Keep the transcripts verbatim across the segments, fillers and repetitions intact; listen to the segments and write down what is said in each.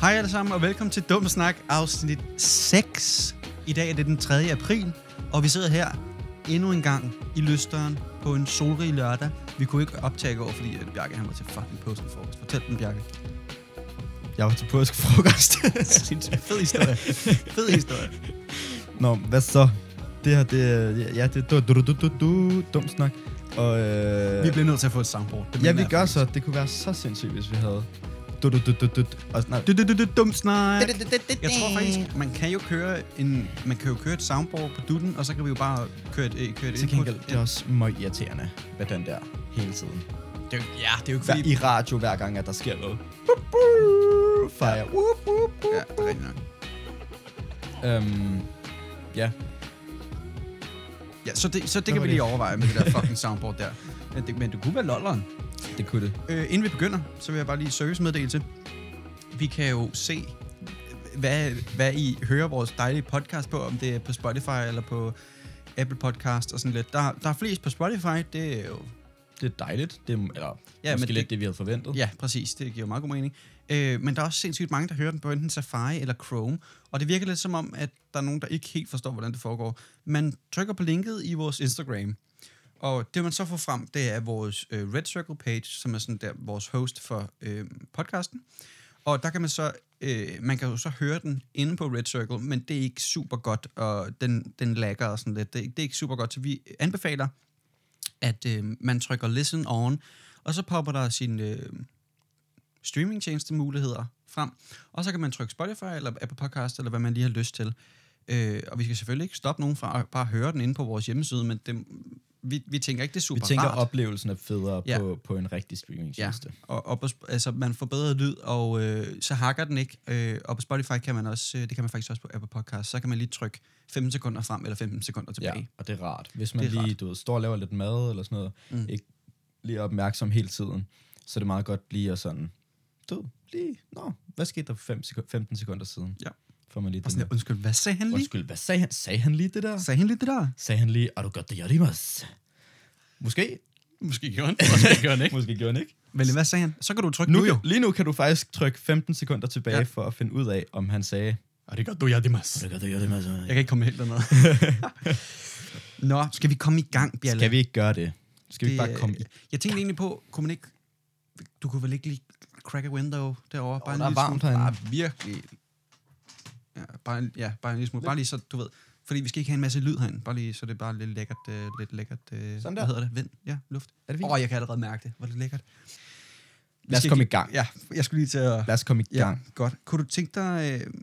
Hej alle sammen, og velkommen til Dum Snak, afsnit seks. I dag er det den tredje april, og vi sidder her endnu en gang i Lysteren på en solrig lørdag. Vi kunne ikke optage i går, fordi Bjarke han var til fucking påskefrokost. Fortæl den, Bjarke. Jeg var til påskefrokost. Fed historie. Fed historie. Nå, hvad så? Det her, det er... Ja, det er du, du, du, du, du, dum snak. Og, øh, vi bliver nødt til at få et soundboard. Det ja, vi gør så. Det kunne være så sindssygt, hvis vi havde... Du, du, du, du, du, og sådan du, du, du, du, dum snak. Jeg tror faktisk, man kan jo køre en, man kan jo køre et soundboard på dutten, og så kan vi jo bare køre et, køre et input. Til gengæld, det er også meget irriterende med den der hele tiden. Det er, ja, det er jo ikke fordi... I radio hver gang, at der sker noget. Fire. Ja, ja, det er rigtigt nok. Øhm, ja. Ja, så det, så det kan vi lige overveje med det der fucking soundboard der. Men det, men det kunne være lolleren. Det kunne det. Øh, inden vi begynder, så vil jeg bare lige servicemeddelelse. Vi kan jo se, hvad, hvad I hører vores dejlige podcast på, om det er på Spotify eller på Apple Podcast og sådan lidt. Der, der er flest på Spotify, det er jo... Det er dejligt. Det er, eller ja, måske men lidt det, det, vi havde forventet. Ja, præcis. Det giver jo meget god mening. Øh, men der er også sindssygt mange, der hører den på enten Safari eller Chrome. Og det virker lidt som om, at der er nogen, der ikke helt forstår, hvordan det foregår. Man trykker på linket i vores Instagram. Og det, man så får frem, det er vores øh, Red Circle page, som er sådan der vores host for øh, podcasten. Og der kan man så, øh, man kan jo så høre den inde på Red Circle, men det er ikke super godt, og den, den lagger og sådan lidt. Det, det er ikke super godt, så vi anbefaler, at øh, man trykker listen on, og så popper der sine øh, streamingtjeneste muligheder frem, og så kan man trykke Spotify eller Apple Podcast, eller hvad man lige har lyst til. Øh, og vi skal selvfølgelig ikke stoppe nogen fra at bare høre den inde på vores hjemmeside, men det, vi, vi tænker ikke, det er super rart. Vi tænker, rart. oplevelsen er federe ja. på, på en rigtig streamingtjeneste. Ja, og, og på, altså, man får bedre lyd, og øh, så hakker den ikke. Øh, og på Spotify kan man også, det kan man faktisk også på Apple Podcast, så kan man lige trykke femten sekunder frem, eller femten sekunder tilbage. Ja, og det er rart. Hvis man lige du ved, står og laver lidt mad, eller sådan noget, mm. ikke lige er opmærksom hele tiden, så er det meget godt lige at sådan, du lige, nå, hvad skete der for femten sekunder siden? Ja. Får man lige og sådan, undskyld, hvad sagde han lige? Undskyld, hvad sagde han? Sagde han lige det der? Sagde han lige det der? Sagde han lige, arigato gozaimasu? Måske. Måske gjorde han. Måske gjorde han ikke. Måske gjorde han ikke. Men hvad sagde han? Så kan du trykke nu, nu jo. Lige nu kan du faktisk trykke femten sekunder tilbage ja. for at finde ud af, om han sagde... Arigato gozaimasu. Arigato gozaimasu. Jeg kan ikke komme helt dernede. Nå, skal vi komme i gang, Bjalle? Skal vi ikke gøre det? Skal det, vi bare komme i Jeg tænkte egentlig på, kunne man ikke... Du kunne vel ikke lige crack a window derovre? Bare oh, der er varmt herinde. Bare virkelig... Ja, bare, ja, bare en lille smule. Bare lige så, du ved... Fordi vi skal ikke have en masse lyd herinde. Bare lige, så det er bare lidt lækkert... Øh, lidt lækkert øh, sådan der. Hvad hedder det? Vind? Ja, luft. Er det fint? Åh, oh, jeg kan allerede mærke det. Hvor er det lækkert. Lad os komme i gang. Ja, jeg skulle lige til at... Lad os komme i gang. Ja, godt. Kunne du tænke dig... Øh,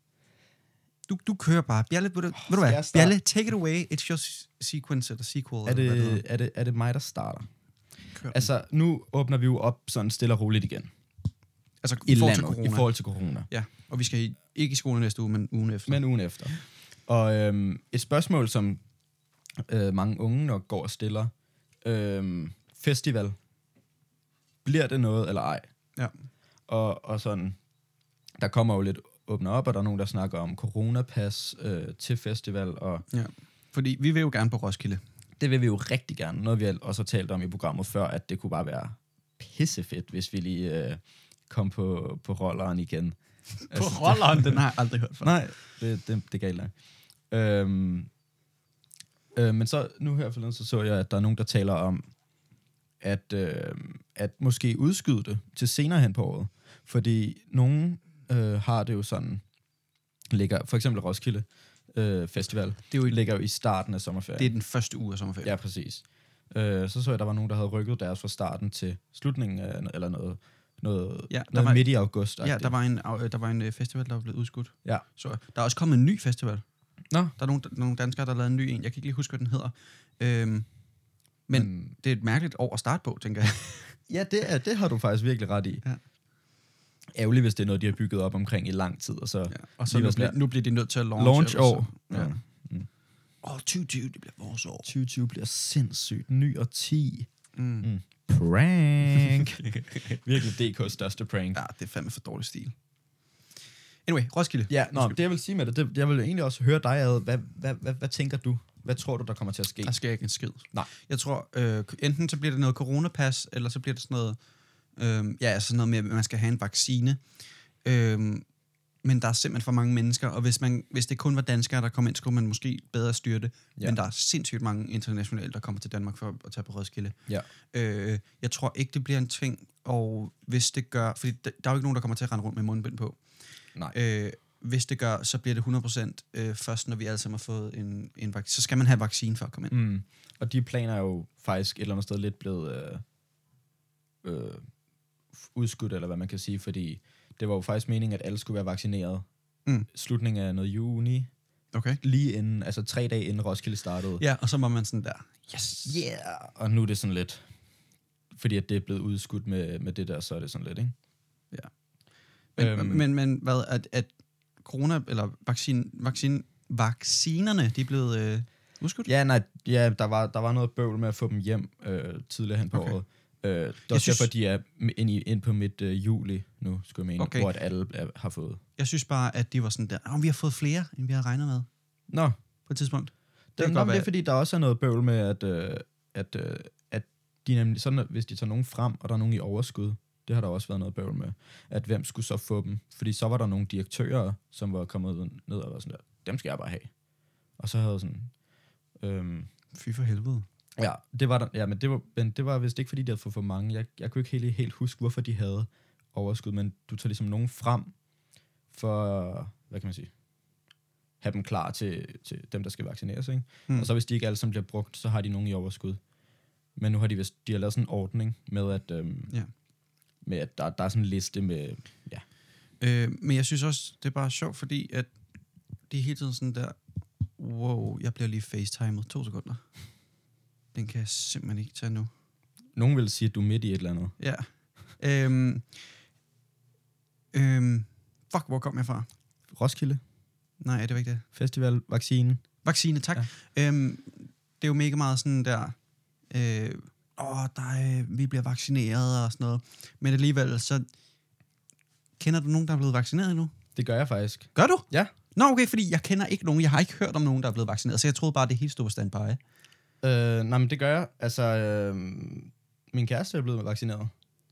du, du kører bare. Bjalle, ved du, oh, ved du hvad? Starte? Bjalle, take it away. It's your sequence eller sequel. Er det, eller hvad det er, det, er det mig, der starter? Kør altså, nu åbner vi jo op sådan stille og roligt igen. Altså i, i forhold landet, til corona. I forhold til corona. Ja, og vi skal i, ikke i skole næste uge, men ugen efter. Men ugen efter. Og øhm, et spørgsmål, som øh, mange unge nok går og stiller. Øhm, festival. Bliver det noget, eller ej? Ja. Og, og sådan, der kommer jo lidt åbner op, og der er nogen, der snakker om coronapas øh, til festival. Og ja, fordi vi vil jo gerne på Roskilde. Det vil vi jo rigtig gerne. Noget, vi også har talt om i programmet før, at det kunne bare være pissefedt, hvis vi lige øh, kom på, på rolleren igen. På altså, rolleren? Den har jeg aldrig hørt før. Nej, det, det, det er galt langt. Øhm, øh, men så nu her forleden, så så jeg, at der er nogen, der taler om, at, øh, at måske udskyde det til senere hen på året. Fordi nogen øh, har det jo sådan, ligger, for eksempel Roskilde øh, Festival, det jo ligger jo i starten af sommerferien. Det er den første uge af sommerferien. Ja, præcis. Øh, så så jeg, der var nogen, der havde rykket deres fra starten til slutningen af, eller noget, noget, ja, noget var, midt i august. Ja, der var, en, der var en festival, der var blevet udskudt. Ja. Så der er også kommet en ny festival. Nå. Der er nogle, nogle danskere, der har lavet en ny en. Jeg kan ikke lige huske, hvad den hedder. Øhm, men mm. det er et mærkeligt år at starte på, tænker jeg. Ja, det, er, det har du faktisk virkelig ret i. Ja. Ærgerligt, hvis det er noget, de har bygget op omkring i lang tid. Og så, ja. og så nu, bliver, nu bliver de nødt til at launch. Launch år. Ja. Ja. Mm. Åh, tyve tyve, det bliver vores år. tyve tyve bliver sindssygt. Ny og ti. Mm. Mm. Prank. Virkelig D K's største prank. Ja, det er fandme for dårlig stil. Anyway, Roskilde. Ja, nå, det jeg vil sige med det, det, jeg vil egentlig også høre dig ad. Hvad, hvad, hvad, hvad tænker du? Hvad tror du, der kommer til at ske? Der sker ikke en skid. Nej. Jeg tror, øh, enten så bliver det noget coronapas, eller så bliver det sådan noget, øh, ja, altså sådan noget med, at man skal have en vaccine. Øh, men der er simpelthen for mange mennesker, og hvis, man, hvis det kun var danskere, der kom ind, skulle man måske bedre styre det. Ja. Men der er sindssygt mange internationale, der kommer til Danmark for at tage på Roskilde. Ja. Øh, jeg tror ikke, det bliver en tving, og hvis det gør... Fordi der, der er jo ikke nogen, der kommer til at rende rundt med mundbind på. Nej. Øh, hvis det gør, så bliver det hundrede procent øh, først, når vi alle sammen har fået en, en vaccine. Så skal man have vaccine for at komme ind. Mm. Og de planer er jo faktisk et eller andet sted lidt blevet øh, øh, udskudt, eller hvad man kan sige, fordi det var jo faktisk meningen, at alle skulle være vaccineret. Mm. Slutningen af noget juni. Okay. Lige inden, altså tre dage inden Roskilde startede. Ja, og så var man sådan der, yes, yeah! Og nu er det sådan lidt, fordi at det er blevet udskudt med, med det der, så er det sådan lidt, ikke? Ja. Men, øhm, men, men hvad, at, at corona, eller vaccine, vaccine, vaccinerne, de er blevet øh, udskudt? Ja, nej, ja, der var, der var noget bøvl med at få dem hjem øh, tidligere hen på okay. året. Øh, det er også synes, derfor, de er ind, i, ind på midt øh, juli nu, skulle jeg mene, okay. hvor at alle er, har fået. Jeg synes bare, at de var sådan der, oh, vi har fået flere, end vi havde regnet med. Nå. På et tidspunkt. Det, det, det er fordi, der også er noget bøvl med, at, øh, at, øh, at de nemlig, sådan, at hvis de tager nogen frem, og der er nogen i overskud, det har der også været noget bøvl med, at hvem skulle så få dem? Fordi så var der nogle direktører, som var kommet ned og var sådan der, dem skal jeg bare have. Og så havde sådan... Øhm, Fy for helvede. Ja, det var der, ja, men det var, men det var vist ikke, fordi de havde fået for mange. Jeg, jeg kunne ikke helt, helt huske, hvorfor de havde overskud, men du tager ligesom nogen frem for, hvad kan man sige, have dem klar til, til dem, der skal vaccineres, ikke? Mm. Og så hvis de ikke alle sammen bliver brugt, så har de nogen i overskud. Men nu har de vist, de har lavet sådan en ordning med, at, øhm, ja. med, at der, der er sådan en liste med, ja. Øh, men jeg synes også, det er bare sjovt, fordi at det er hele tiden sådan der, wow, jeg bliver lige facetimet. To sekunder. Den kan jeg simpelthen ikke tage nu. Nogen vil sige, at du er midt i et eller andet. Ja. Øhm, øhm, fuck, hvor kom jeg fra? Roskilde. Nej, det var ikke det. Festival, vaccine. Vaccine, tak. Ja. Øhm, det er jo mega meget sådan der, øh, åh, der er, vi bliver vaccineret og sådan noget. Men alligevel, så kender du nogen, der er blevet vaccineret endnu? Det gør jeg faktisk. Gør du? Ja. Nå, okay, fordi jeg kender ikke nogen. Jeg har ikke hørt om nogen, der er blevet vaccineret, så jeg troede bare, det helt stod på standby. Øh, nej, men det gør jeg. Altså, øh, min kæreste er blevet vaccineret.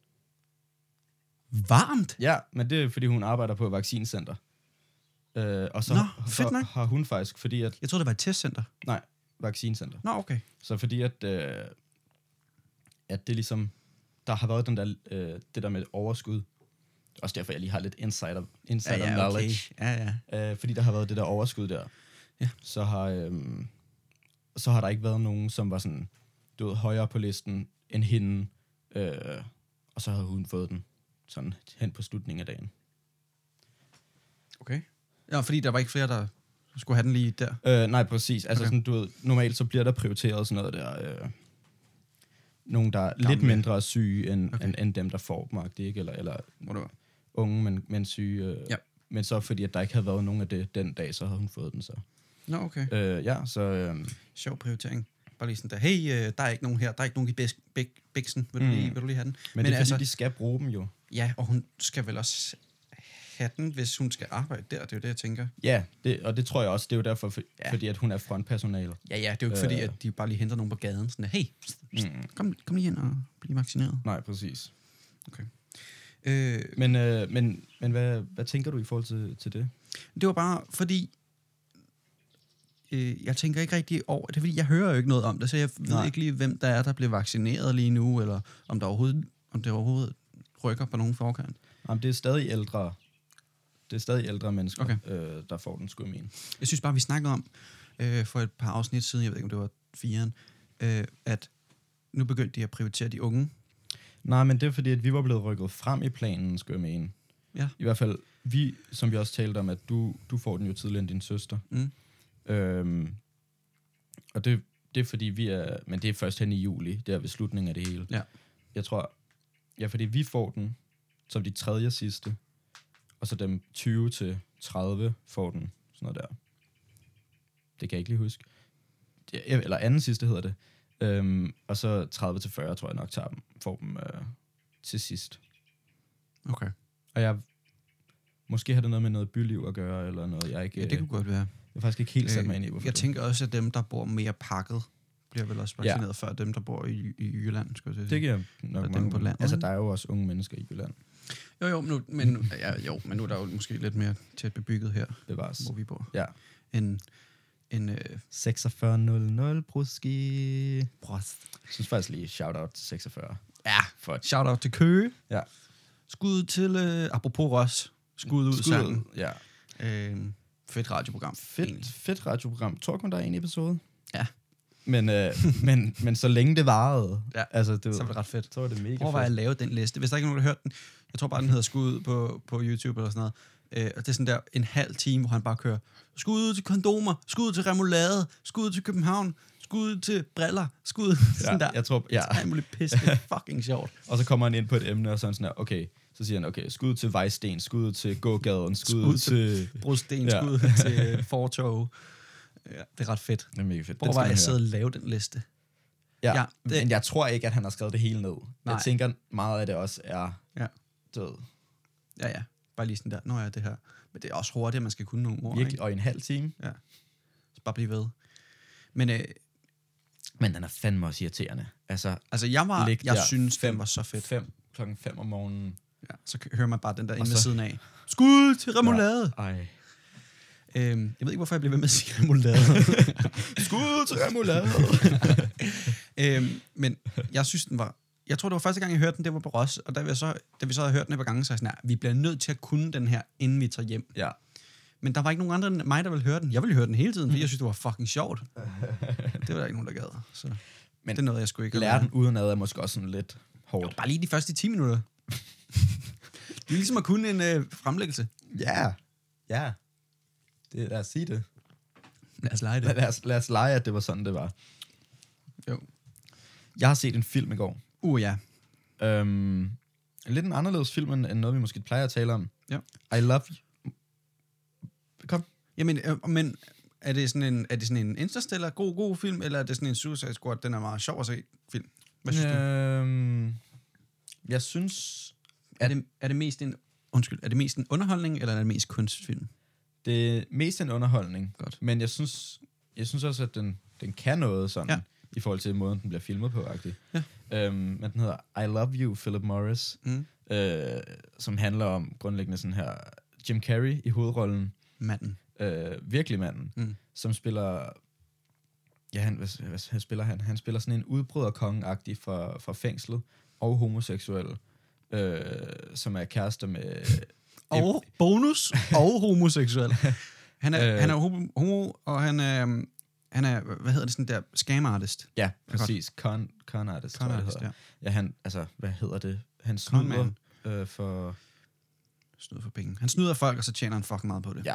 Varmt? Ja, men det er, fordi hun arbejder på et vaccincenter. Øh, og så Nå, fedt nok. har hun faktisk, fordi at... Jeg troede, det var et testcenter. Nej, vaccincenter. Nå, okay. Så fordi at, øh, at det ligesom... Der har været den der, øh, det der med overskud. Også derfor, jeg lige har lidt insider, insider ja, ja, knowledge. Okay. Ja, ja. Øh, fordi der har været det der overskud der. Ja. Så har... Øh, så har der ikke været nogen, som var sådan, du ved, højere på listen end hende, øh, og så havde hun fået den sådan hen på slutningen af dagen. Okay. Ja, fordi der var ikke flere, der skulle have den lige der? Øh, nej, præcis. Altså okay. sådan, du ved, normalt så bliver der prioriteret sådan noget der, øh, nogen, der er Gamle. lidt mindre syge, end, okay. end, end dem, der får dem, ikke? Eller, eller unge, men, men syge. Øh, ja. Men så fordi, at der ikke havde været nogen af det den dag, så havde hun fået den så. Nå, okay. Øh, ja, så... Øh, Sjov prioritering. Bare lige sådan der, hey, øh, der er ikke nogen her, der er ikke nogen i bæk, bæk, bæksen, vil, mm. du lige, vil du lige have den? Men, men det er altså, fordi, de skal bruge dem jo. Ja, og hun skal vel også have den, hvis hun skal arbejde der, det er jo det, jeg tænker. Ja, det, og det tror jeg også, det er jo derfor, for, ja. fordi at hun er frontpersonale. Ja, ja, det er jo ikke øh. fordi, at de bare lige henter nogen på gaden, sådan der, hey, mm. kom, kom lige ind og bliv vaccineret. Nej, præcis. Okay. Øh, men øh, men, men hvad, hvad tænker du i forhold til, til det? Det var bare fordi, øh, jeg tænker ikke rigtig over, det er fordi, jeg hører jo ikke noget om det, så jeg ved Nej. ikke lige, hvem der er, der bliver vaccineret lige nu, eller om der overhovedet, om det overhovedet rykker på nogen forkant. Jamen, det er stadig ældre, det er stadig ældre mennesker, okay. øh, der får den, skulle jeg mene. Jeg synes bare, vi snakkede om, øh, for et par afsnit siden, jeg ved ikke, om det var firen, øh, at nu begyndte de at prioritere de unge. Nej, men det er fordi, at vi var blevet rykket frem i planen, skulle jeg mene. Ja. I hvert fald, vi, som vi også talte om, at du, du får den jo tidligere end din søster. Mm. Øhm, og det, det er fordi, vi er... Men det er først hen i juli, det er ved slutningen af det hele. Ja. Jeg tror... Ja, fordi vi får den som de tredje sidste, og så dem tyve til tredive får den, sådan noget der. Det kan jeg ikke lige huske. Eller anden sidste hedder det. Øhm, og så tredive til fyrre, tror jeg nok, tager dem, får dem øh, til sidst. Okay. Og jeg... Måske har det noget med noget byliv at gøre, eller noget, jeg ikke... Ja, det kunne godt være. Jeg har faktisk ikke helt sat mig ind i, hvorfor Jeg det. tænker også, at dem, der bor mere pakket, bliver vel også vaccineret ja. før dem, der bor i, i Jylland, skulle jeg sige. Det giver nok dem på land. Altså, der er jo også unge mennesker i Jylland. Jo, jo, nu, men, nu, ja, jo, men nu er der jo måske lidt mere tæt bebygget her, Bevares. hvor vi bor, Ja. end, end øh, seksogfyrre nul nul, bruski. Prost. Jeg synes faktisk lige, shout-out til seksogfyrre. Ja, For shout-out til Køge. Ja. Skud til, øh, apropos Ross, skud ud Skud sangen. ud, ja. Øh, fedt radioprogram. Fedt, egentlig. fedt radioprogram. Tror kun, der er en episode. Ja. Men, øh, men, men så længe det varede, Ja, altså, det, Så var det ret fedt. så var det mega Prøv at fedt. lave den liste. Hvis der ikke er nogen, der har hørt den, jeg tror bare, den hedder Skud ud på, på YouTube eller sådan noget. Øh, og det er sådan der en halv time, hvor han bare kører skud ud til kondomer, skud ud til remoulade, skud ud til København, skud ud til briller, skud ud til sådan der. Jeg tror, ja. Alt muligt pis. Det er fucking sjovt. Og så kommer han ind på et emne, og sådan sådan her, okay, så siger han, okay, skud til Vejsten, skud til gågaden, skud, Skud til... Brosten, Ja. skud til fortog. Ja, det er ret fedt. Det er mega fedt. Prøv Det at skal bare man at høre. sidde og lave den liste. Ja, Ja, ja det- men jeg tror ikke, at han har skrevet det hele ned. Nej. Jeg tænker, meget af det også er Ja. død. Ja, ja. Bare lige sådan der. Nå ja, det her. Men det er også hurtigt, at man skal kunne nogle ord. Virkelig, Ikke? og i en halv time. Så bare blive ved. Men øh, Men den er fandme også irriterende. Altså, altså, jeg var, Lig jeg der synes, fem- den var så fedt. fem, klokken fem om morgenen. Ja, så k- hører man bare den der inde ved så- siden af. Skud til remoulade! Ja. Ej. Øhm, jeg ved ikke, hvorfor jeg bliver ved med at sige remoulade. Skud til remoulade! øhm, men jeg synes, den var... Jeg tror, det var første gang, jeg hørte den, det var på Ross. Og da vi så, da vi så havde hørt den et par gange, så er jeg sådan her, vi bliver nødt til at kunne den her, inden vi tager hjem. ja. Men der var ikke nogen andre end mig, der ville høre den. Jeg ville høre den hele tiden, fordi jeg synes, det var fucking sjovt. Det var der ikke nogen, der gad. Så Men men det er noget, jeg skulle ikke Lære den udenad er måske også sådan lidt hårdt. Bare lige de første ti minutter. Det er ligesom at kunne en øh, fremlæggelse. Ja. Ja. Det, lad os sige det. Lad os lege Lad, lad, os, lad os lege, at det var sådan, det var. Jo. Jeg har set en film i går. Uh, ja. Øhm, lidt en anderledes film, end end noget, vi måske plejer at tale om. Ja. I Love You. Kom. Jamen, øh, men er det sådan en, er det sådan en Interstellar god, god film, eller er det sådan en Suicide Squad, den er meget sjov at se film? Hvad synes du? Øhm, jeg synes, Er det, er det mest en, undskyld, er det mest en underholdning, eller er det mest kunstfilm? det er mest en underholdning. Godt. Men jeg synes, jeg synes også, at den, den kan noget sådan, Ja. ja. i forhold til måden, den bliver filmet på, agtigt. Ja. Øhm, men den hedder I Love You, Philip Morris, Mm. øh, som handler om grundlæggende sådan her Jim Carrey i hovedrollen, Manden. øh, virkelig manden, Mm. som spiller... Ja, han, hvad, hvad, hvad spiller han? Han spiller sådan en udbryderkonge-agtig fra, fra fængslet, og homoseksuel, øh, som er kærester med... Og bonus, og homoseksuel. Han er, Øh. han er homo, homo, og han er, um, han er, hvad hedder det, sådan der, scam artist. Ja, præcis. Con, con artist, Con tror jeg, det artist, hedder. ja. Ja, han, altså, hvad hedder det? Han Con snyder man. øh, for... Snyder for penge. Han snyder folk, og så tjener han fucking meget på det. Ja.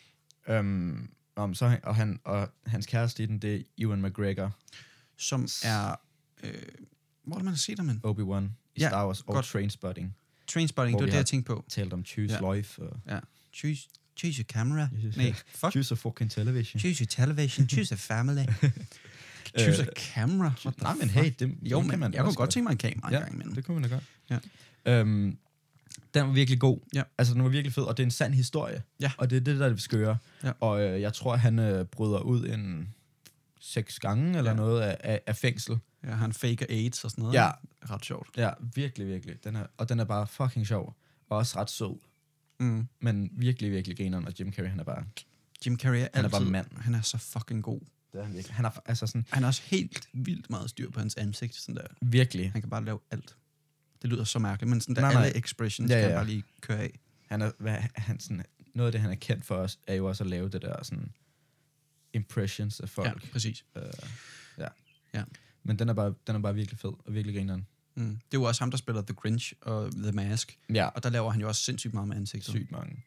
Øhm, om, så, han- og, han, og hans kæreste i den, det er Ewan McGregor, Som er, øh, hvor er det, man har set ham, men? Obi-Wan i Ja, Star Wars, og godt. Trainspotting. Trainspotting, Hvor det var vi det, har- jeg tænkte på. Talt om choose Ja. life. Og Ja. Choose, choose your camera. Choose- Nej, fuck. choose a fucking television. Choose your television, choose a family. choose a camera. What the Nej, men fuck? hey, det, Jo, det men kan man jeg kunne også godt tænke mig en kamera Ja, en gang imellem. det kunne man da godt. Ja. Øhm, den var virkelig god. Ja. Altså, den var virkelig fed, og det er en sand historie. Ja. Og det er det, der er det skøre. Ja. Og øh, jeg tror, han øh, bryder ud en seks gange eller Ja. noget af, af, af fængsel. Ja, han faker AIDS og sådan noget. Ja. Ret sjovt. Ja, virkelig, virkelig. Den er, og den er bare fucking sjov. Og også ret sød. Mm. Men virkelig, virkelig grineren. Og Jim Carrey, han er bare... Jim Carrey er Han er altid, bare mand. han er så fucking god. Det er han virkelig. Han er altså sådan... Han er også helt vildt meget styr på hans ansigt. Sådan der. Virkelig. Han kan bare lave alt. Det lyder så mærkeligt, men sådan der Nej, nej. alle expressions Ja, ja, kan ja. han bare lige køre af. Han er, hvad, han sådan, noget af det, han er kendt for os, er jo også at lave det der sådan impressions af folk. Ja, præcis. Øh, ja. Ja. Men den er, bare, den er bare virkelig fed og virkelig grineren. Mm. Det er jo også ham, der spiller The Grinch og The Mask. Ja, Og der laver han jo også sindssygt meget med ansigtet. sygt mange.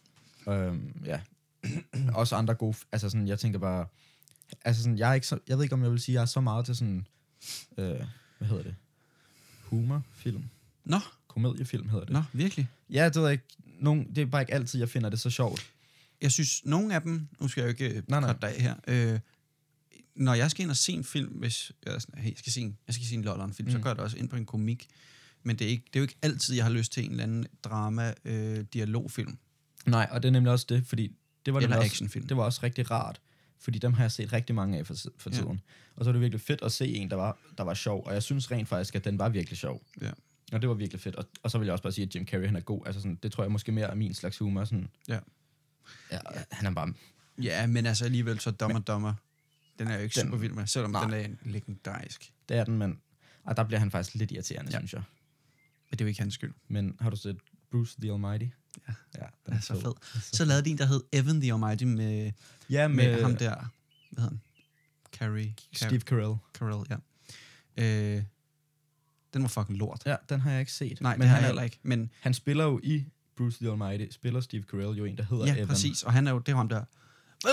Øhm, ja. Også andre gode, altså sådan, jeg tænker bare, altså sådan, jeg er ikke så, jeg ved ikke, om jeg vil sige, jeg er så meget til sådan, øh, hvad hedder det? Humorfilm? Nå, Komediefilm hedder det. nå, virkelig. Ja, det ved jeg ikke. Nogen, det er bare ikke altid, jeg finder det så sjovt. Jeg synes, nogle af dem, nu skal jeg jo ikke Nej, nej. cutte dig af her, øh, når jeg skal ind og se en film, hvis jeg, er sådan, hey, jeg skal se en, jeg skal se en lolleren-film, mm. så Mm. går jeg da også ind på en komik. Men det er, ikke, det er jo ikke altid, jeg har lyst til en eller anden drama-dialogfilm. Nej, og det er nemlig også det, fordi det var, Eller nemlig også, actionfilm. det var også rigtig rart, fordi dem har jeg set rigtig mange af for, si- for Ja. tiden. Og så var det virkelig fedt at se en, der var, der var sjov, og jeg synes rent faktisk, at den var virkelig sjov. Ja. Og det var virkelig fedt. Og, og så vil jeg også bare sige, at Jim Carrey, han er god. Altså sådan, det tror jeg måske mere er min slags humor. Sådan. Ja. Ja, han er bare... Ja, men altså alligevel så Dumb and Dumber. Den er jeg jo ikke Den- super vild med, selvom Nej. den er legendarisk. Det er den, men... Og der bliver han faktisk lidt irriterende, Ja. synes jeg. Men det er jo ikke hans skyld. Men har du set Bruce the Almighty? Ja. Ja, Den er så fed. Den er Så lavede de en, der hed Evan the Almighty med, Ja, med, med ham der. Hvad hedder han? Carrie. Steve Carell. Carell, ja. Øh, den var fucking lort. Ja, den har jeg ikke set. Nej, men det har han, jeg er, heller ikke. Men han spiller jo i Bruce the Almighty, spiller Steve Carell jo en, der hedder ja, Evan. præcis. Og han er jo, det er ham der. Ja,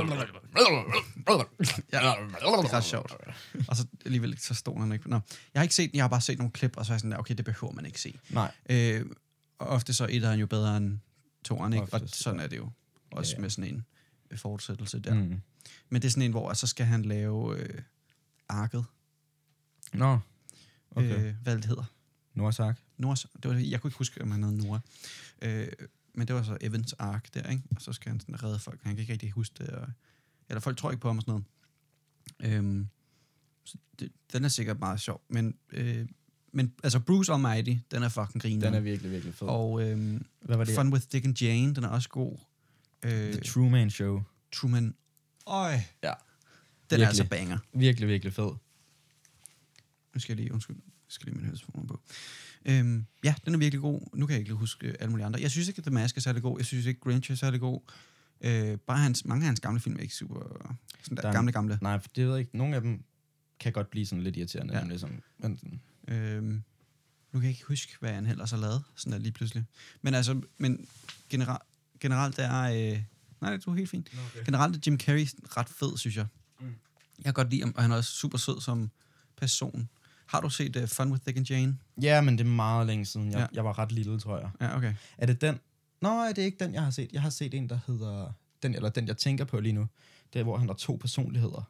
det er ret sjovt. Og så alligevel så stod han ikke. Nå, jeg har ikke set den, jeg har bare set nogle klip, og så er jeg sådan der, okay, det behøver man ikke se. Nej. Øh, og ofte så er han jo bedre end toeren, ikke? Og Oftest, sådan ja. er det jo. Også Ja, ja. med sådan en øh, fortsættelse der. Mm. Men det er sådan en, hvor så skal han lave øh, arket. Nå, okay. Okay. Øh, hvad det hedder. Noahs Ark. Noahs, det var, jeg kunne ikke huske, om han hed Noah. Øh, men det var så Evans ark der, ikke? Og så skal han sådan redde folk. Han kan ikke rigtig huske det. Og, eller folk tror ikke på ham og sådan noget. Øhm, så det, den er sikkert meget sjov. Men, øh, men altså Bruce Almighty, den er fucking griner. Den er virkelig, virkelig fed. Og øhm, Hvad var det? Fun with Dick and Jane, den er også god. Øh, The Truman Show. Truman. Øj. Ja. Den Virkelig. er altså banger. Virkelig, virkelig fed. Nu skal jeg lige, undskyld, jeg skal lige min høretelefoner på. Øhm, ja, den er virkelig god. Nu kan jeg ikke lige huske øh, alle mulige andre. Jeg synes ikke, at The Mask er særlig god. Jeg synes ikke, Grinch er særlig god. Øh, bare hans, mange af hans gamle film er ikke super... Sådan der, Der er- gamle, gamle. Nej, for det ved jeg ikke. Nogle af dem kan godt blive sådan lidt irriterende. Ja. Ja. Ligesom, men, sådan- Øhm, nu kan jeg ikke huske, hvad han ellers har lavet. Sådan der lige pludselig. Men altså, men genera- generelt er... Øh, nej, det er helt fint. okay. Generelt er Jim Carrey ret fed, synes jeg. Mm. Jeg kan godt lide ham, og han er også super sød som person. Har du set uh, Fun with Dick and Jane? Ja, men det er meget længe siden. Jeg, Ja. ja. jeg var ret lille, tror jeg. Ja, okay. Er det den? Nå, er det ikke den, jeg har set. Jeg har set en, der hedder... Den, eller den, jeg tænker på lige nu. Det er, hvor han har to personligheder.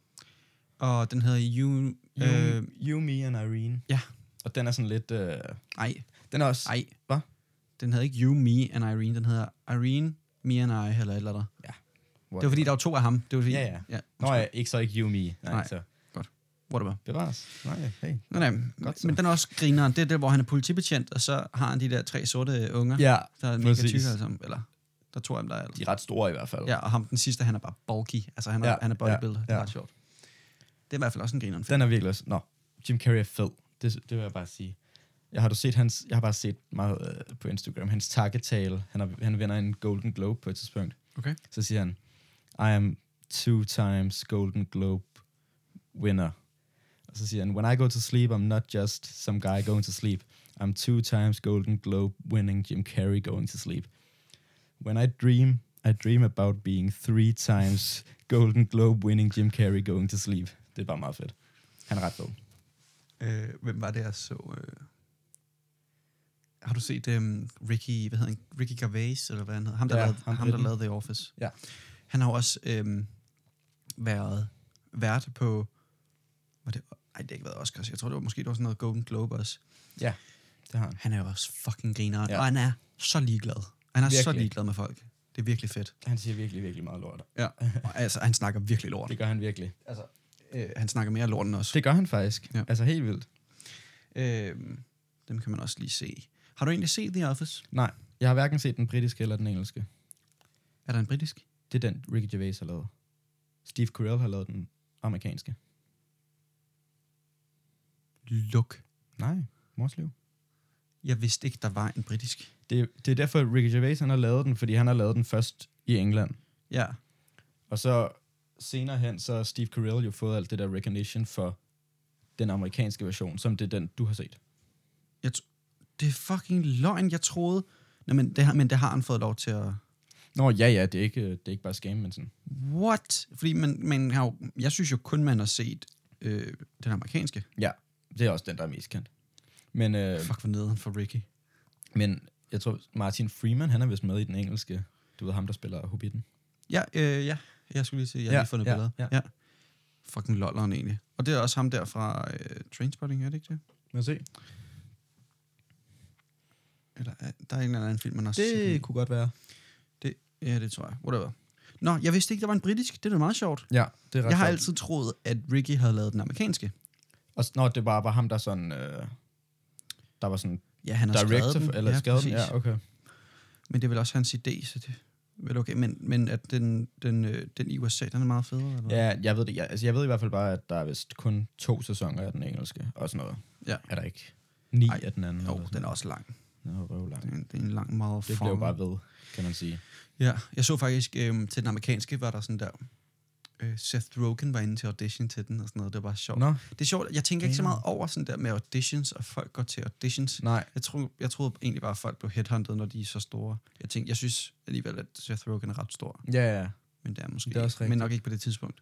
Og den hedder You... You, Øh, you Me and Irene. ja. Og den er sådan lidt... Øh, ej, den er også... ej. Hvad? Den hedder ikke You, Me and Irene. Den hedder Irene, Me and I, eller et eller andet. Det var fordi, der var to af ham. Det var fordi, Ja, ja. ja Nå, ja, ikke så ikke You Me. Nej, Nej. så whatever. bevares. Nej, hey. Nej, nej. Godt så. Men den er også grineren. Det er der, hvor han er politibetjent, og så har han de der tre sorte unger, Ja, der er mega præcis. tykke alle sammen. Eller, der er to af dem, der er... de er ret store i hvert fald. Ja, og ham den sidste, han er bare bulky. Altså, han er, Ja, han er bodybuilder. ja, Det er ja. ret sjovt. Det er i hvert fald også en grineren film. Den er virkelig også... Nå, Jim Carrey er fed. Det, det vil jeg bare sige. Jeg har du set hans... Jeg har bare set meget øh, på Instagram. Hans takketale. Han, har, han vinder en Golden Globe på et tidspunkt. Okay. Så siger han, I am two times Golden Globe winner. Og så siger han, when I go to sleep, I'm not just some guy going to sleep. I'm two times Golden Globe winning Jim Carrey going to sleep. When I dream, I dream about being three times Golden Globe winning Jim Carrey going to sleep. Det er bare meget fedt. Han er ret fed. Øh, hvem var det, jeg så? Øh... Har du set um, Ricky, hvad hedder han? Ricky Gervais, eller hvad han hedder? Ham, der, Ja, lavede, ham ham, der briten. lavede The Office. Ja. Han har jo også øhm, været vært på... Var det, ej, det har ikke været Oscars. Jeg tror, det var måske det var sådan noget Golden Globe også. Ja, det har han. Han er jo også fucking grineren. Ja. Og han er så ligeglad. Han er virkelig. så Virkelig. ligeglad med folk. Det er virkelig fedt. Han siger virkelig, virkelig meget lort. Ja. Og, altså, han snakker virkelig lort. Det gør han virkelig. Altså, øh, han snakker mere lort end os. Det gør han faktisk. Ja. Ja. Altså helt vildt. Øh, dem kan man også lige se. Har du egentlig set The Office? Nej, jeg har hverken set den britiske eller den engelske. Er der en britisk? Det er den, Ricky Gervais har lavet. Steve Carell har lavet den amerikanske. Luk. Nej, mors liv. Jeg vidste ikke, der var en britisk. Det, det er derfor, at Ricky Gervais han har lavet den, fordi han har lavet den først i England. Ja. Og så senere hen, så har Steve Carell jo fået alt det der recognition for den amerikanske version, som det er den, du har set. Jeg t- det er fucking løgn, jeg troede. Nå, men det, har, men det har han fået lov til at... Nå, ja, ja, det er ikke, det er ikke bare scam, men sådan. What? Fordi man, man har jo... Jeg synes jo kun, man har set øh, den amerikanske. Ja, det er også den, der er mest kendt. Men, øh, Fuck, hvor nederen for Ricky. men jeg tror, Martin Freeman, han er vist med i den engelske. Du ved ham, der spiller Hobbiten. Ja, øh, ja. Jeg skulle lige se, jeg har Ja, lige fundet ja, billeder. ja. ja. Fucking lolleren egentlig. Og det er også ham der fra øh, Trainspotting, er det ikke det? Må jeg se? Eller øh, der er en eller anden film, man også... Det kunne godt være. det, ja, det tror jeg. Whatever. Nå, jeg vidste ikke, der var en britisk. Det er da meget sjovt. Ja, det er ret Jeg har sjovt. altid troet, at Ricky havde lavet den amerikanske. Og, s- nå, det var bare ham, der sådan... Øh, der der var sådan Ja, han har director, skrevet den. eller ja, skrevet den? præcis. Ja, okay. Men det er vel også hans idé, så det er vel okay. Men, men at den, den, øh, den i U S A, den er meget federe, eller hvad? Ja, jeg ved det. Jeg, altså, jeg ved i hvert fald bare, at der er vist kun to sæsoner af den engelske, og sådan noget. Ja. Er der ikke ni Ej, af den anden? Jo, eller sådan den er noget? også lang. Den er røv lang. Det er, en- det er en lang, meget Det bliver jo bare ved, kan man sige. Ja, jeg så faktisk øhm, til den amerikanske, var der sådan der, øh, Seth Rogen var inde til audition til den, og sådan noget, det var bare sjovt. Nå, Det er sjovt, jeg tænker ikke så meget over sådan der med auditions, og folk går til auditions. nej. Jeg, tror, jeg troede egentlig bare, at folk blev headhunted, når de er så store. Jeg tænkte, jeg synes alligevel, at Seth Rogen er ret stor, Ja, ja. men det er måske Det er også ikke, men rigtigt. nok ikke på det tidspunkt.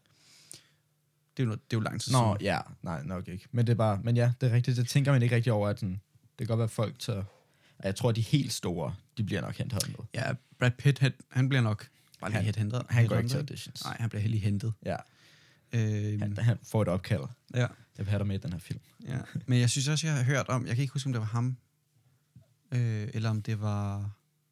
Det er jo, noget, det er jo lang tid Nå, siden. ja. Nej, nok ikke. Men det er bare, men ja, det er rigtigt. Det tænker man ikke rigtig over, at sådan, det kan godt være, at folk tager... Jeg tror, at de helt store, de bliver nok hentet med. Ja, Brad Pitt, han, han bliver nok bare lige Han- headhunted. Han går ikke til headhunted. auditions. Nej, han bliver lige hentet. Ja, Øhm, han, han får et opkald. ja. Jeg vil have dig med i den her film. Ja, men jeg synes også, jeg har hørt om, jeg kan ikke huske, om det var ham, øh, eller om det var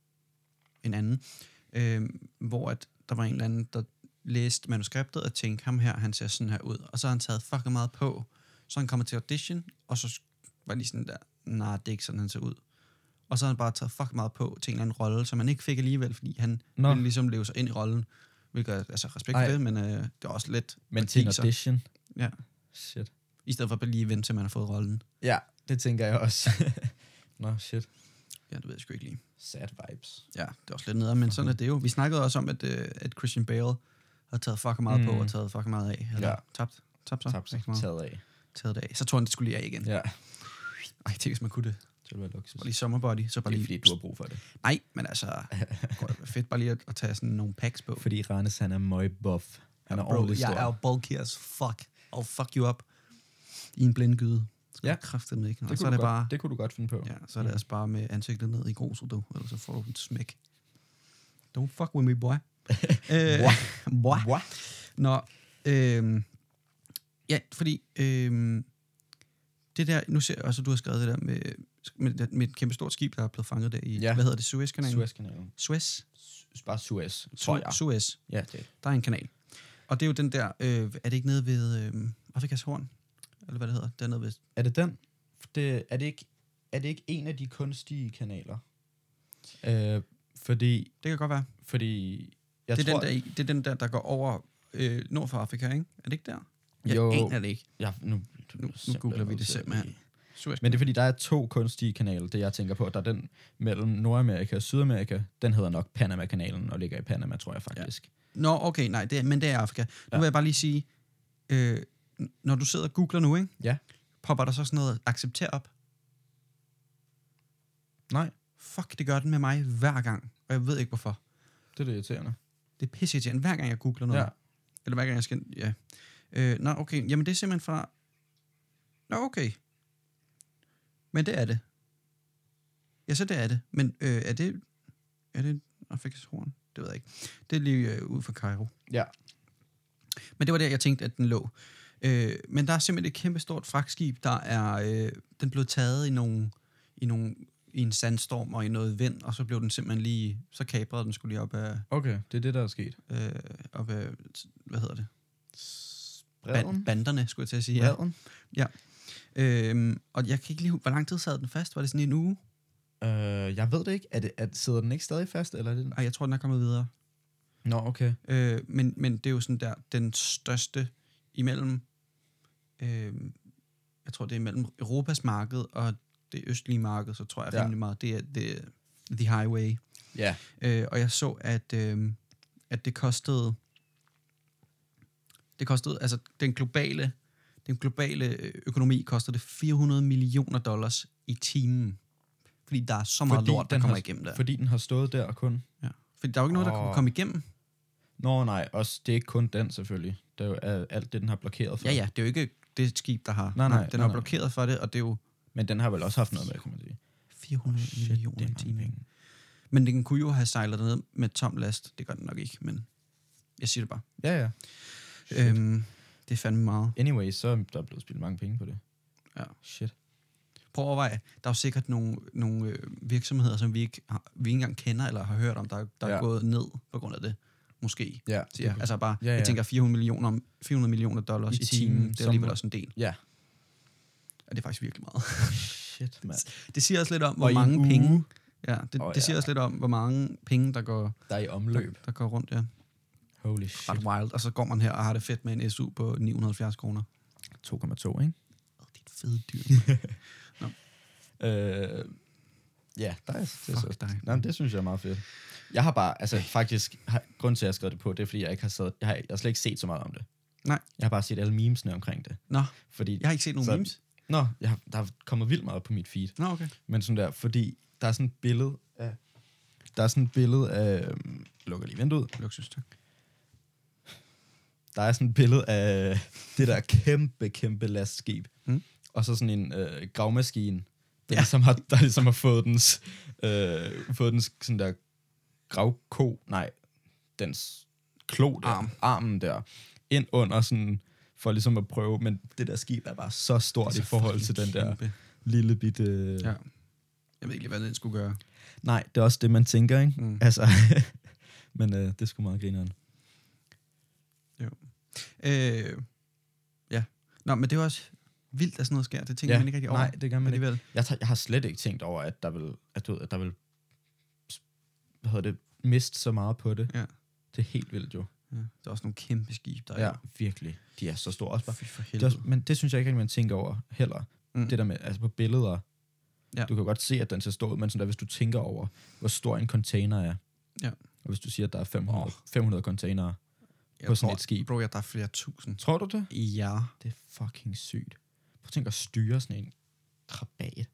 en anden, øh, hvor at der var en eller anden, der læste manuskriptet og tænkte, ham her, han ser sådan her ud, og så har han taget fucking meget på, så han kommer til audition, og så var de sådan der, nej, det er ikke sådan, han ser ud. Og så har han bare taget fucking meget på til en eller anden rolle, som han ikke fik alligevel, fordi han Nå. ville ligesom leve sig ind i rollen, hvilket er altså respekt Ej. for det, men øh, det er også lidt Men at til en give sig. audition? Ja, Shit. i stedet for bare lige at vente til, man har fået rollen. Ja, det tænker jeg også. Nå, shit. Ja, det ved jeg sgu ikke lige. Sad vibes. Ja, det er også lidt nederen, men sådan er det jo. Vi snakkede også om, at, øh, at Christian Bale har taget fucking meget mm. på, Mm. og taget fucking meget af. Eller Ja. tabt. Tabt så. Tabt Rigtig meget. taget af. Taget det af. Så tror han, det skulle lige af igen. Ja, Ej, tænk, hvis man kunne det. det vil være luksus. Bare lige sommerbody, så bare Det er lige... fordi, du har brug for det. Nej, men altså, det kunne være fedt bare lige at, at tage sådan nogle packs på. Fordi Rannes, han er møg buff. Han er Bro, ordentligt stor. jeg er jo bulky as fuck. I'll fuck you up. I en blindgyde. Skal Ja. ja. Kraftedeme ikke. Og det, så kunne er du det godt, bare... det kunne du godt finde på. Ja, så er det Mm. altså bare med ansigtet ned i gruset, du. Ellers så får du et smæk. Don't fuck with me, boy. øh, boy. Boy. Nå, øhm, ja, fordi øhm, det der, nu ser jeg også, at du har skrevet det der med, med, med et kæmpe stort skib, der er blevet fanget der i, Ja. hvad hedder det, Suezkanalen? Suezkanalen. Suez? Su- Bare Suez, tror jeg. Suez. Ja, det. Der er en kanal. Og det er jo den der, øh, er det ikke nede ved øh, Afrikas Horn? Eller hvad det hedder? Dernede ved... Er det den? Det, er, det ikke, er det ikke en af de kunstige kanaler? Øh, fordi... Det kan godt være. fordi jeg Det er, tror, den der, i- det er den der, der går over øh, nord for Afrika, ikke? Er det ikke der? Jeg Jo. aner det ikke. Ja, nu, Nu, nu googler vi det simpelthen. Suez. Men det er fordi, der er to kunstige kanaler, det jeg tænker på. Der er den mellem Nordamerika og Sydamerika. Den hedder nok Panama-kanalen og ligger i Panama, tror jeg faktisk. Nå, okay, nej, det er, men det er Afrika. Nu Ja. vil jeg bare lige sige, øh, n- når du sidder og googler nu, ikke? Ja. Popper der så sådan noget accepter op? Nej, Fuck, det gør den med mig hver gang, og jeg ved ikke hvorfor. det er det irriterende. Det er pisseirriterende, hver gang jeg googler noget. Ja. Eller hver gang jeg skal, ja. Øh, nå, okay, jamen det er simpelthen fra... Nå, okay. Men det er det. Ja, så det er det. Men øh, er det... Er det Afrikas Horn? Det ved jeg ikke. Det er lige øh, ude for Cairo. Ja. Men det var der, jeg tænkte, at den lå. Øh, men der er simpelthen et kæmpe stort fragtskib, der er... Øh, den blev taget i nogle... I nogle i en sandstorm og i noget vind, og så blev den simpelthen lige... Så kaprede den skulle lige op af... Okay, det er det, der er sket. Øh, op af... Hvad hedder det? Bredden? Ban- banderne, skulle jeg til at sige. Ja. Bredden? Øhm, og jeg kan ikke lige... Hvor lang tid sad den fast? Var det sådan en uge? Øh, jeg ved det ikke. Er det, er, sidder den ikke stadig fast, eller er det... Ej, jeg tror, den er kommet videre. Nå, okay. Øh, men, men det er jo sådan der, den største imellem... Øh, jeg tror, det er imellem Europas marked og det østlige marked, så tror jeg Ja. rimelig meget, det er, det er The Highway. Ja. Øh, og jeg så, at, øh, at det kostede... Det kostede, altså den globale, den globale økonomi kostede det fire hundrede millioner dollars i timen. Fordi der er så meget Fordi lort, der den kommer har- igennem der. Fordi den har stået der kun. Ja. Fordi der er jo ikke noget, der Åh. kunne komme igennem. Nå, nej. Også, det er ikke kun den, selvfølgelig. Det er jo øh, alt det, den har blokeret for. Ja, ja, det er jo ikke det skib, der har. Nej, nej, den nej, har nej. blokeret for det, og det er jo Men den har vel også haft noget med, kan man sige. fire hundrede Shit, millioner det er i mange timen. penge. Men den kunne jo have sejlet ned med tom last. Det gør den nok ikke, men jeg siger det bare. Ja, ja. Øhm, det er fandme meget. Anyway, så er der blevet spillet mange penge på det. Ja. Shit. Prøv at overveje, der er jo sikkert nogle, nogle øh, virksomheder, som vi ikke, har, vi ikke engang kender eller har hørt om, der, der ja. Ja. er gået ned på grund af det. Måske. Ja, Siger. jeg. Altså bare, Ja, ja. jeg tænker fire hundrede millioner, fire hundrede millioner dollars I i timen, timen, det er som- alligevel også en del. Ja. Ja, det er faktisk virkelig meget. Shit. shit, mand. Det siger også lidt om, hvor Og i en mange uge. penge... Ja, det, Åh, oh, det siger ja. også lidt om, hvor mange penge, der går, Der er i der, omløb. der går rundt, ja. Holy shit. Ret wild. Og så går man her og har det fedt med en S U på ni hundrede og halvfjerds kroner. to komma to, ikke? Åh, dit fede dyr. Øh, ja, der er, det, er Fuck så, dig. nej, men det synes jeg er meget fedt. Jeg har bare, altså faktisk, har, grunden til, at jeg har skrevet det på, det er, fordi jeg ikke har sad, jeg har, jeg har slet ikke set så meget om det. Nej. Jeg har bare set alle memesene omkring det. Nå, Fordi, jeg har ikke set nogen så- memes. Nå, jeg har, der er kommet vildt meget på mit feed. Nå, okay. Men sådan der, fordi der er sådan et billede af, der er sådan et billede af, øhm, lukker lige vinduet, Luksus, tak. der er sådan et billede af det der kæmpe, kæmpe lastskib. Mm. Og så sådan en øh, gravmaskine, der, Ja. ligesom har, der ligesom har fået dens, øh, fået dens sådan der gravko, nej, dens klo der, Arm. armen der, ind under sådan, for ligesom at prøve, men det der skib er bare så stort i forhold til den der Kæmpe. lille bitte... Ja. Jeg ved ikke lige, hvad den skulle gøre. Nej, det er også det, man tænker, ikke? Mm. Altså, men øh, det er sgu meget grineren. Øh, ja. Nå, men det er jo også vildt, at sådan noget sker. Det tænker Ja, man ikke rigtig over. nej, det gør man ikke. alligevel. Jeg, tager, jeg har slet ikke tænkt over, at der vil, at, du ved, at der vil hvad hedder det, miste så meget på det. Ja. Det er helt vildt jo. Ja. Der er også nogle kæmpe skib, der Ja, er. virkelig. De er så store også bare. Fy for Det er helvede. også, men det synes jeg ikke rigtig, man tænker over heller. Mm. Mm. Det der med, altså på billeder, Ja. du kan godt se, at den ser stor ud, men sådan der, hvis du tænker over, hvor stor en container er, Ja. og hvis du siger, at der er fem hundrede, Åh. fem hundrede containere Jeg på sådan tror, et skib. Bro, ja, der er flere tusind. Tror du det? Ja. Det er fucking sygt. Prøv at tænke at styre sådan en krabat.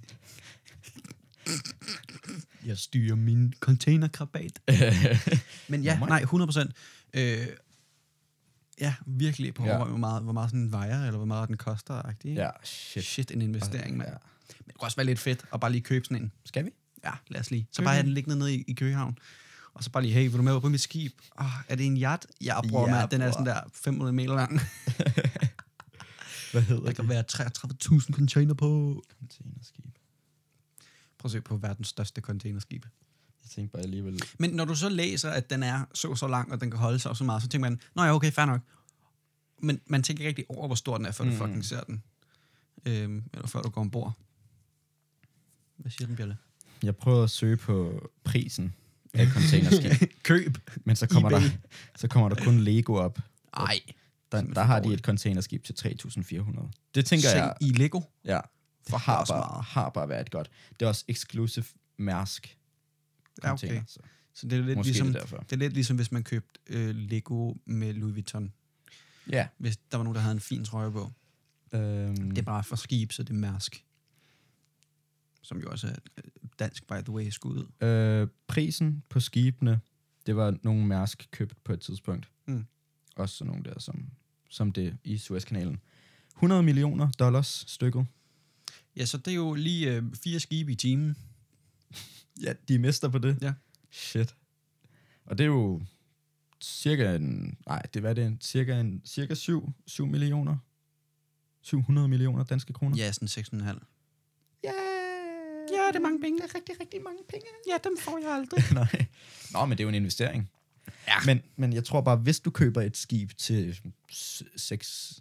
Jeg styrer min containerkrabat. Men ja, Nå, mig. nej, hundrede procent. Øh, ja, virkelig på Ja. ja. hvor meget, hvor meget sådan en vejer, eller hvor meget den koster. Ikke? ja, shit. Shit, en investering, mand. Ja. Men det kunne også være lidt fedt at bare lige købe sådan en. Skal vi? Ja, lad os lige. Så Køb bare have en. den liggende nede i, i København. Og så bare lige, hey, vil du med på mit skib? Oh, er det en yacht? Ja, bror, Ja, ja, den er bror. sådan der fem hundrede meter lang. Hvad hedder Der kan være treogtredive tusind container på. Containerskib. Prøv at se på verdens største containerskib. Jeg tænkte bare alligevel... Men når du så læser, at den er så så lang, og den kan holde sig så meget, så tænker man, nå ja, okay, fair nok. Men man tænker ikke rigtig over, hvor stor den er, før mm. du Mm. fucking ser den. Øhm, eller før du går ombord. Hvad siger den, Bjelle? Jeg prøvede at søge på prisen af containerskib, Køb! men så kommer, eBay. der, så kommer der kun Lego op. Ej. Der, der har de et containerskib til tre tusind fire hundrede. Det tænker jeg... i Lego. Ja, Det for er har også bare, meget. har bare været godt. Det er også exclusive Mærsk Ja, container. okay. Så Så det er lidt måske ligesom, det er derfor. det er lidt ligesom, hvis man købte øh, Lego med Louis Vuitton. Ja. Hvis der var nogen, der havde en fin trøje på. Øhm, Det er bare for skib, så det er Mærsk. Som jo også er øh, dansk, by the way, skud ud. øh, prisen på skibene, det var nogle Mærsk købt på et tidspunkt. Mm. Også sådan nogle der, som, som det i Suezkanalen. hundrede millioner dollars stykket. Ja, så det er jo lige øh, fire skibe i timen. Ja, de mister på det. Ja. Shit. Og det er jo cirka en... Nej, det hvad er det? Cirka, en, cirka syv, syv millioner. syv hundrede millioner danske kroner. Ja, sådan seks komma fem. Yeah. Ja, det er mange penge. Det er rigtig, rigtig mange penge. Ja, dem får jeg aldrig. Nej. Nå, men det er jo en investering. Ja. Men, men jeg tror bare, hvis du køber et skib til seks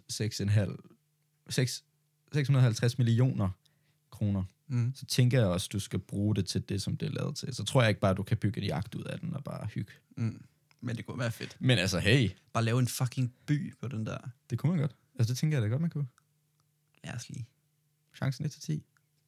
hundrede og halvtreds millioner kroner, Mm. så tænker jeg også, at du skal bruge det til det, som det er lavet til. Så tror jeg ikke bare, at du kan bygge en jagt ud af den og bare hygge. Mm. Men det kunne være fedt. Men altså, hey, Bare lave en fucking by på den der. det kunne man godt. Altså, det tænker jeg da godt, man kunne. Lad os lige. Chancen et til ti.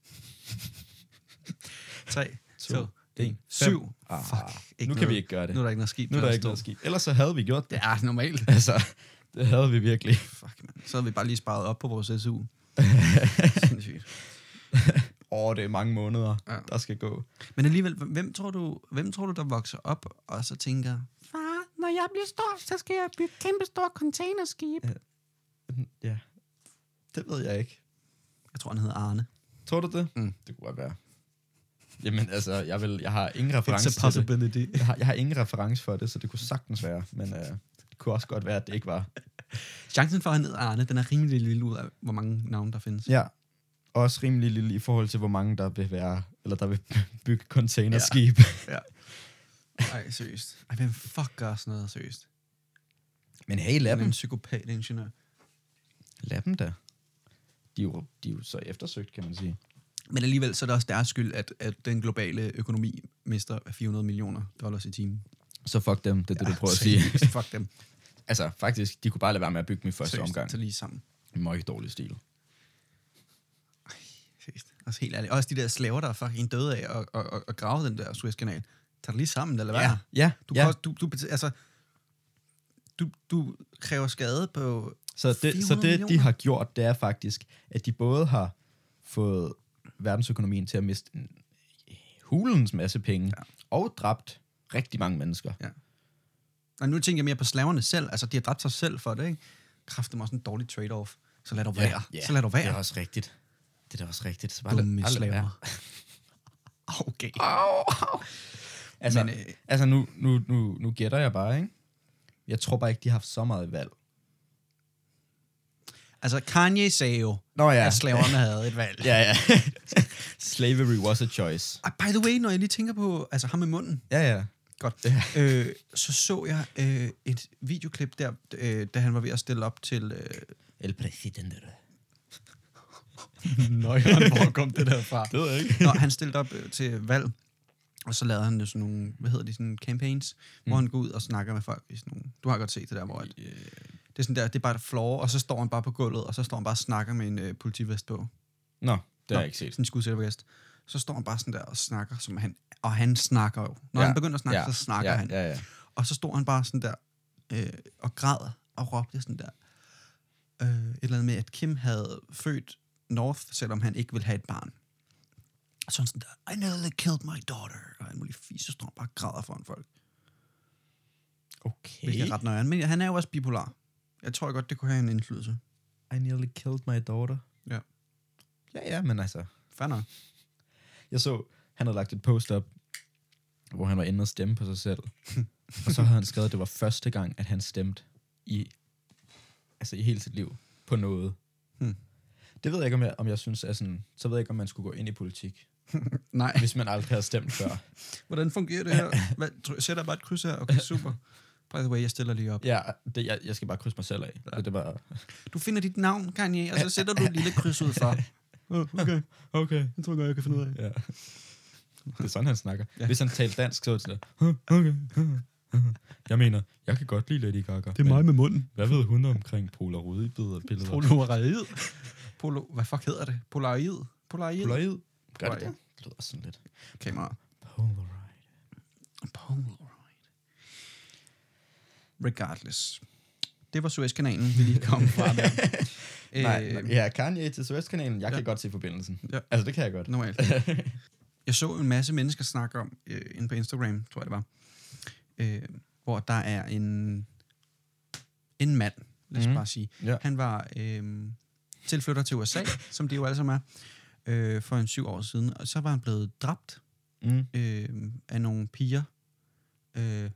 tre, To, to, en, en, syv. Ah, Fuck. Ikke nu kan noget. vi ikke gøre det. Nu er der ikke noget skib. Nu er der at ikke stå. noget skib. Ellers så havde vi gjort det. Det er normalt. Altså, det havde vi virkelig. Fuck, man. Så havde vi bare lige sparet op på vores S U. Sindssygt. Åh, oh, det er mange måneder, Ja. der skal gå. Men alligevel, hvem tror du, hvem tror du der vokser op og så tænker, far, når jeg bliver stor, så skal jeg bygge kæmpe store containerskib. Ja. Ja, det ved jeg ikke. Jeg tror, han hedder Arne. Tror du det? Mm. Det kunne godt være. Jamen, altså, jeg, vil, jeg har ingen reference It's a til det. possibility. Jeg har, jeg har ingen reference for det, så det kunne sagtens være. Men uh, det kunne også godt være, at det ikke var. Chancen for, at han hedder Arne, den er rimelig lille ud af, hvor mange navne der findes. Ja, også rimelig lille i forhold til, hvor mange der vil være, eller der vil bygge containerskib. Ja. Ej, seriøst. Ej, hvem fuck gør sådan noget, seriøst? Men hey, lad Han er dem. en psykopat-ingeniør. Lad dem da. De er, jo, de er jo så eftersøgt, kan man sige. Men alligevel så er det også deres skyld, at, at den globale økonomi mister fire hundrede millioner dollars i timen. Så fuck dem, det er det, Ja, du prøver at sige. Fuck dem. Altså, faktisk, de kunne bare lade være med at bygge dem i første Seriøst, omgang. tag lige sammen. Meget dårlig stil. Seriøst. Altså helt ærligt. Også de der slaver, der er fucking døde af at, at, at, at grave den der Suezkanal. Tag det lige sammen, eller hvad? Ja, ja, Du, ja. kost, du, du, altså, du, du kræver skade på Så det, så det de har gjort, det er faktisk, at de både har fået verdensøkonomien til at miste en hulens masse penge, ja. og dræbt rigtig mange mennesker. Ja. Og nu tænker jeg mere på slaverne selv. Altså, de har dræbt sig selv for det, ikke? Kræfter mig også en dårlig trade-off. Så lad du være. Ja, ja. Så lad du være. Det er også rigtigt. Det er da også rigtigt. Så bare Dumme lad, slaver. Okay. Au, au. Altså, Men, øh, altså nu, nu, nu, nu gætter jeg bare, ikke? Jeg tror bare ikke, de har haft så meget valg. Altså, Kanye sagde jo, Nå ja. at slaverne havde et valg. Ja, ja. Slavery was a choice. Uh, by the way, når jeg lige tænker på, altså ham med munden. Ja, ja. Godt. Ja. Øh, så så jeg øh, et videoklip der, øh, da han var ved at stille op til... Øh... El presidente. Nøj, hvor kom det der fra? Det ved jeg ikke. Nå, han stillede op øh, til valg, og så lavede han jo sådan nogle, hvad hedder de, sådan campaigns, mm. hvor han går ud og snakker med folk i sådan nogle... Du har godt set det der, hvor... At, Yeah. det er sådan der, det er bare et floor, og så står han bare på gulvet, og så står han bare og snakker med en øh, politivest på. Nå, det Nå, har jeg ikke set. Sådan en skudsættervest. Så står han bare sådan der og snakker, som han... Og han snakker jo. Når Ja, han begynder at snakke, ja, så snakker ja, han. Ja, ja. Og så stod han bare sådan der øh, og græd og råbte sådan der. Øh, et eller andet med, at Kim havde født North, selvom han ikke ville have et barn. Og så sådan der, I nearly killed my daughter. Og han mulig fis, så står han bare og græder foran folk. Okay. Hvilket er ret nøjeren. Men han er jo også bipolar. Jeg tror godt, det kunne have en indflydelse. I nearly killed my daughter. Ja. Ja, ja, men altså... Fair nok. Jeg så, han havde lagt et post op, hvor han var inde og stemme på sig selv. Og så havde han skrevet, at det var første gang, at han stemte i, altså i hele sit liv på noget. Hmm. Det ved jeg ikke, om jeg, om jeg synes er sådan... Så ved jeg ikke, om man skulle gå ind i politik, Nej. hvis man aldrig havde stemt før. Hvordan fungerer det her? Hvad, tr- sætter jeg bare et kryds her? Okay, super. By the way, jeg stiller lige op. Ja, det, jeg, jeg skal bare krydse mig selv af. Ja. Det, det var... Du finder dit navn, Kanye, og så sætter du et lille kryds ud for. Okay, Okay. jeg tror godt, jeg kan finde ud af. Ja. Det er sådan, han snakker. Ja. Hvis han talte dansk, så er det sådan der. Okay. Jeg mener, jeg kan godt lide Lady Gaga. Det er mig med munden. Hvad ved hun omkring polaroid-billeder? Polaroid. Polo, hvad fuck hedder det? Polaroid. Polaroid. Polaroid? Gør det Polaroid. det? Det lyder sådan lidt. Kamera. Polaroid. Polaroid. Regardless. Det var Suezkanalen, vi lige kom fra der. Nej, Øh, ja, Kanye til Suezkanalen. Jeg ja. kan godt se forbindelsen. Ja. Altså, det kan jeg godt. Normalt. Jeg så en masse mennesker snakke om, øh, inde på Instagram, tror jeg det var, øh, hvor der er en, en mand, lad os Mhm. bare sige. Ja. Han var øh, tilflytter til U S A, som de jo alle sammen er, øh, for en syv år siden, og så var han blevet dræbt Mm. øh, af nogle piger øh,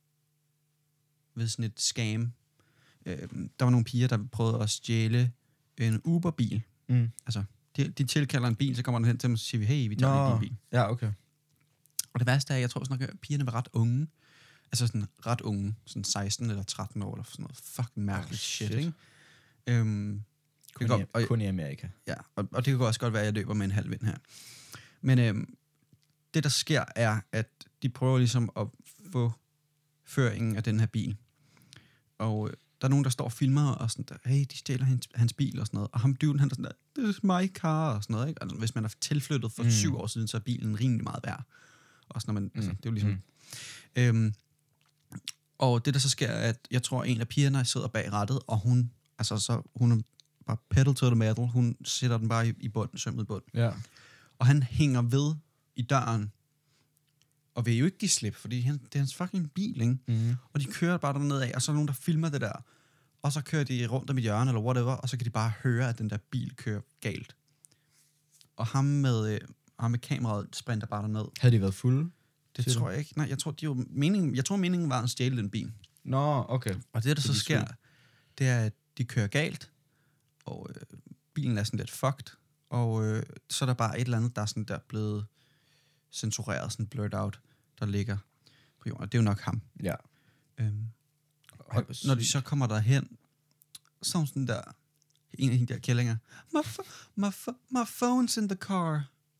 ved sådan et scam. Øh, der var nogle piger, der prøvede at stjæle en Uber-bil. Mm. Altså, de, de tilkalder en bil, så kommer den hen til dem, og så siger vi, hey, vi tager Nå. din bil. Ja, okay. Og det værste er, jeg tror sådan nok, at pigerne var ret unge. Altså sådan ret unge. Sådan seksten eller tretten år, eller sådan noget fucking mærkeligt Oh, shit, shit. ikke? Øhm, Kun, det går, i, og, kun i Amerika. ja, og, og det kan også godt være, at jeg løber med en halv vind her. Men øhm, det, der sker, er, at de prøver ligesom at få føringen af den her bil. Og øh, der er nogen, der står og filmer, og sådan der, hey, de stjæler hans, hans bil og sådan noget. Og ham dyven, han er sådan der, this is my car, og sådan noget, ikke? Altså, hvis man er tilflyttet for Mm. mm. syv år siden, så er bilen rimelig meget værd. Også når man, mm. altså, det er jo ligesom... Mm. Øhm, og det, der så sker, er, at jeg tror, en af pigerne sidder bag rattet, og hun, altså så, hun er bare pedal to the metal, hun sætter den bare i, i bunden, sømmet i bunden. Ja. Og han hænger ved i døren, og vil jo ikke give slip, fordi han, det er hans fucking bil, ikke? Mm. Og de kører bare derned af, og så er der nogen, der filmer det der, og så kører de rundt om et hjørne, eller whatever, og så kan de bare høre, at den der bil kører galt. Og ham med, øh, ham med kameraet sprinter bare derned. Havde de været fulde? Det Siger tror jeg ikke. Nej, jeg tror, de var meningen, jeg tror, meningen var at stjæle den bil. Nå, okay. Og det, der Så så de sker, skulle- det er, at de kører galt, og øh, bilen er sådan lidt fucked, og øh, så er der bare et eller andet, der er sådan der blevet censureret, sådan blurred out, der ligger på jorden. Og det er jo nok ham. Ja. Øhm, Ej, og hvor når de sygt. så kommer derhen, så er hun sådan der, en af de der kællinger, my, fo- my, fo- my phone's in the car.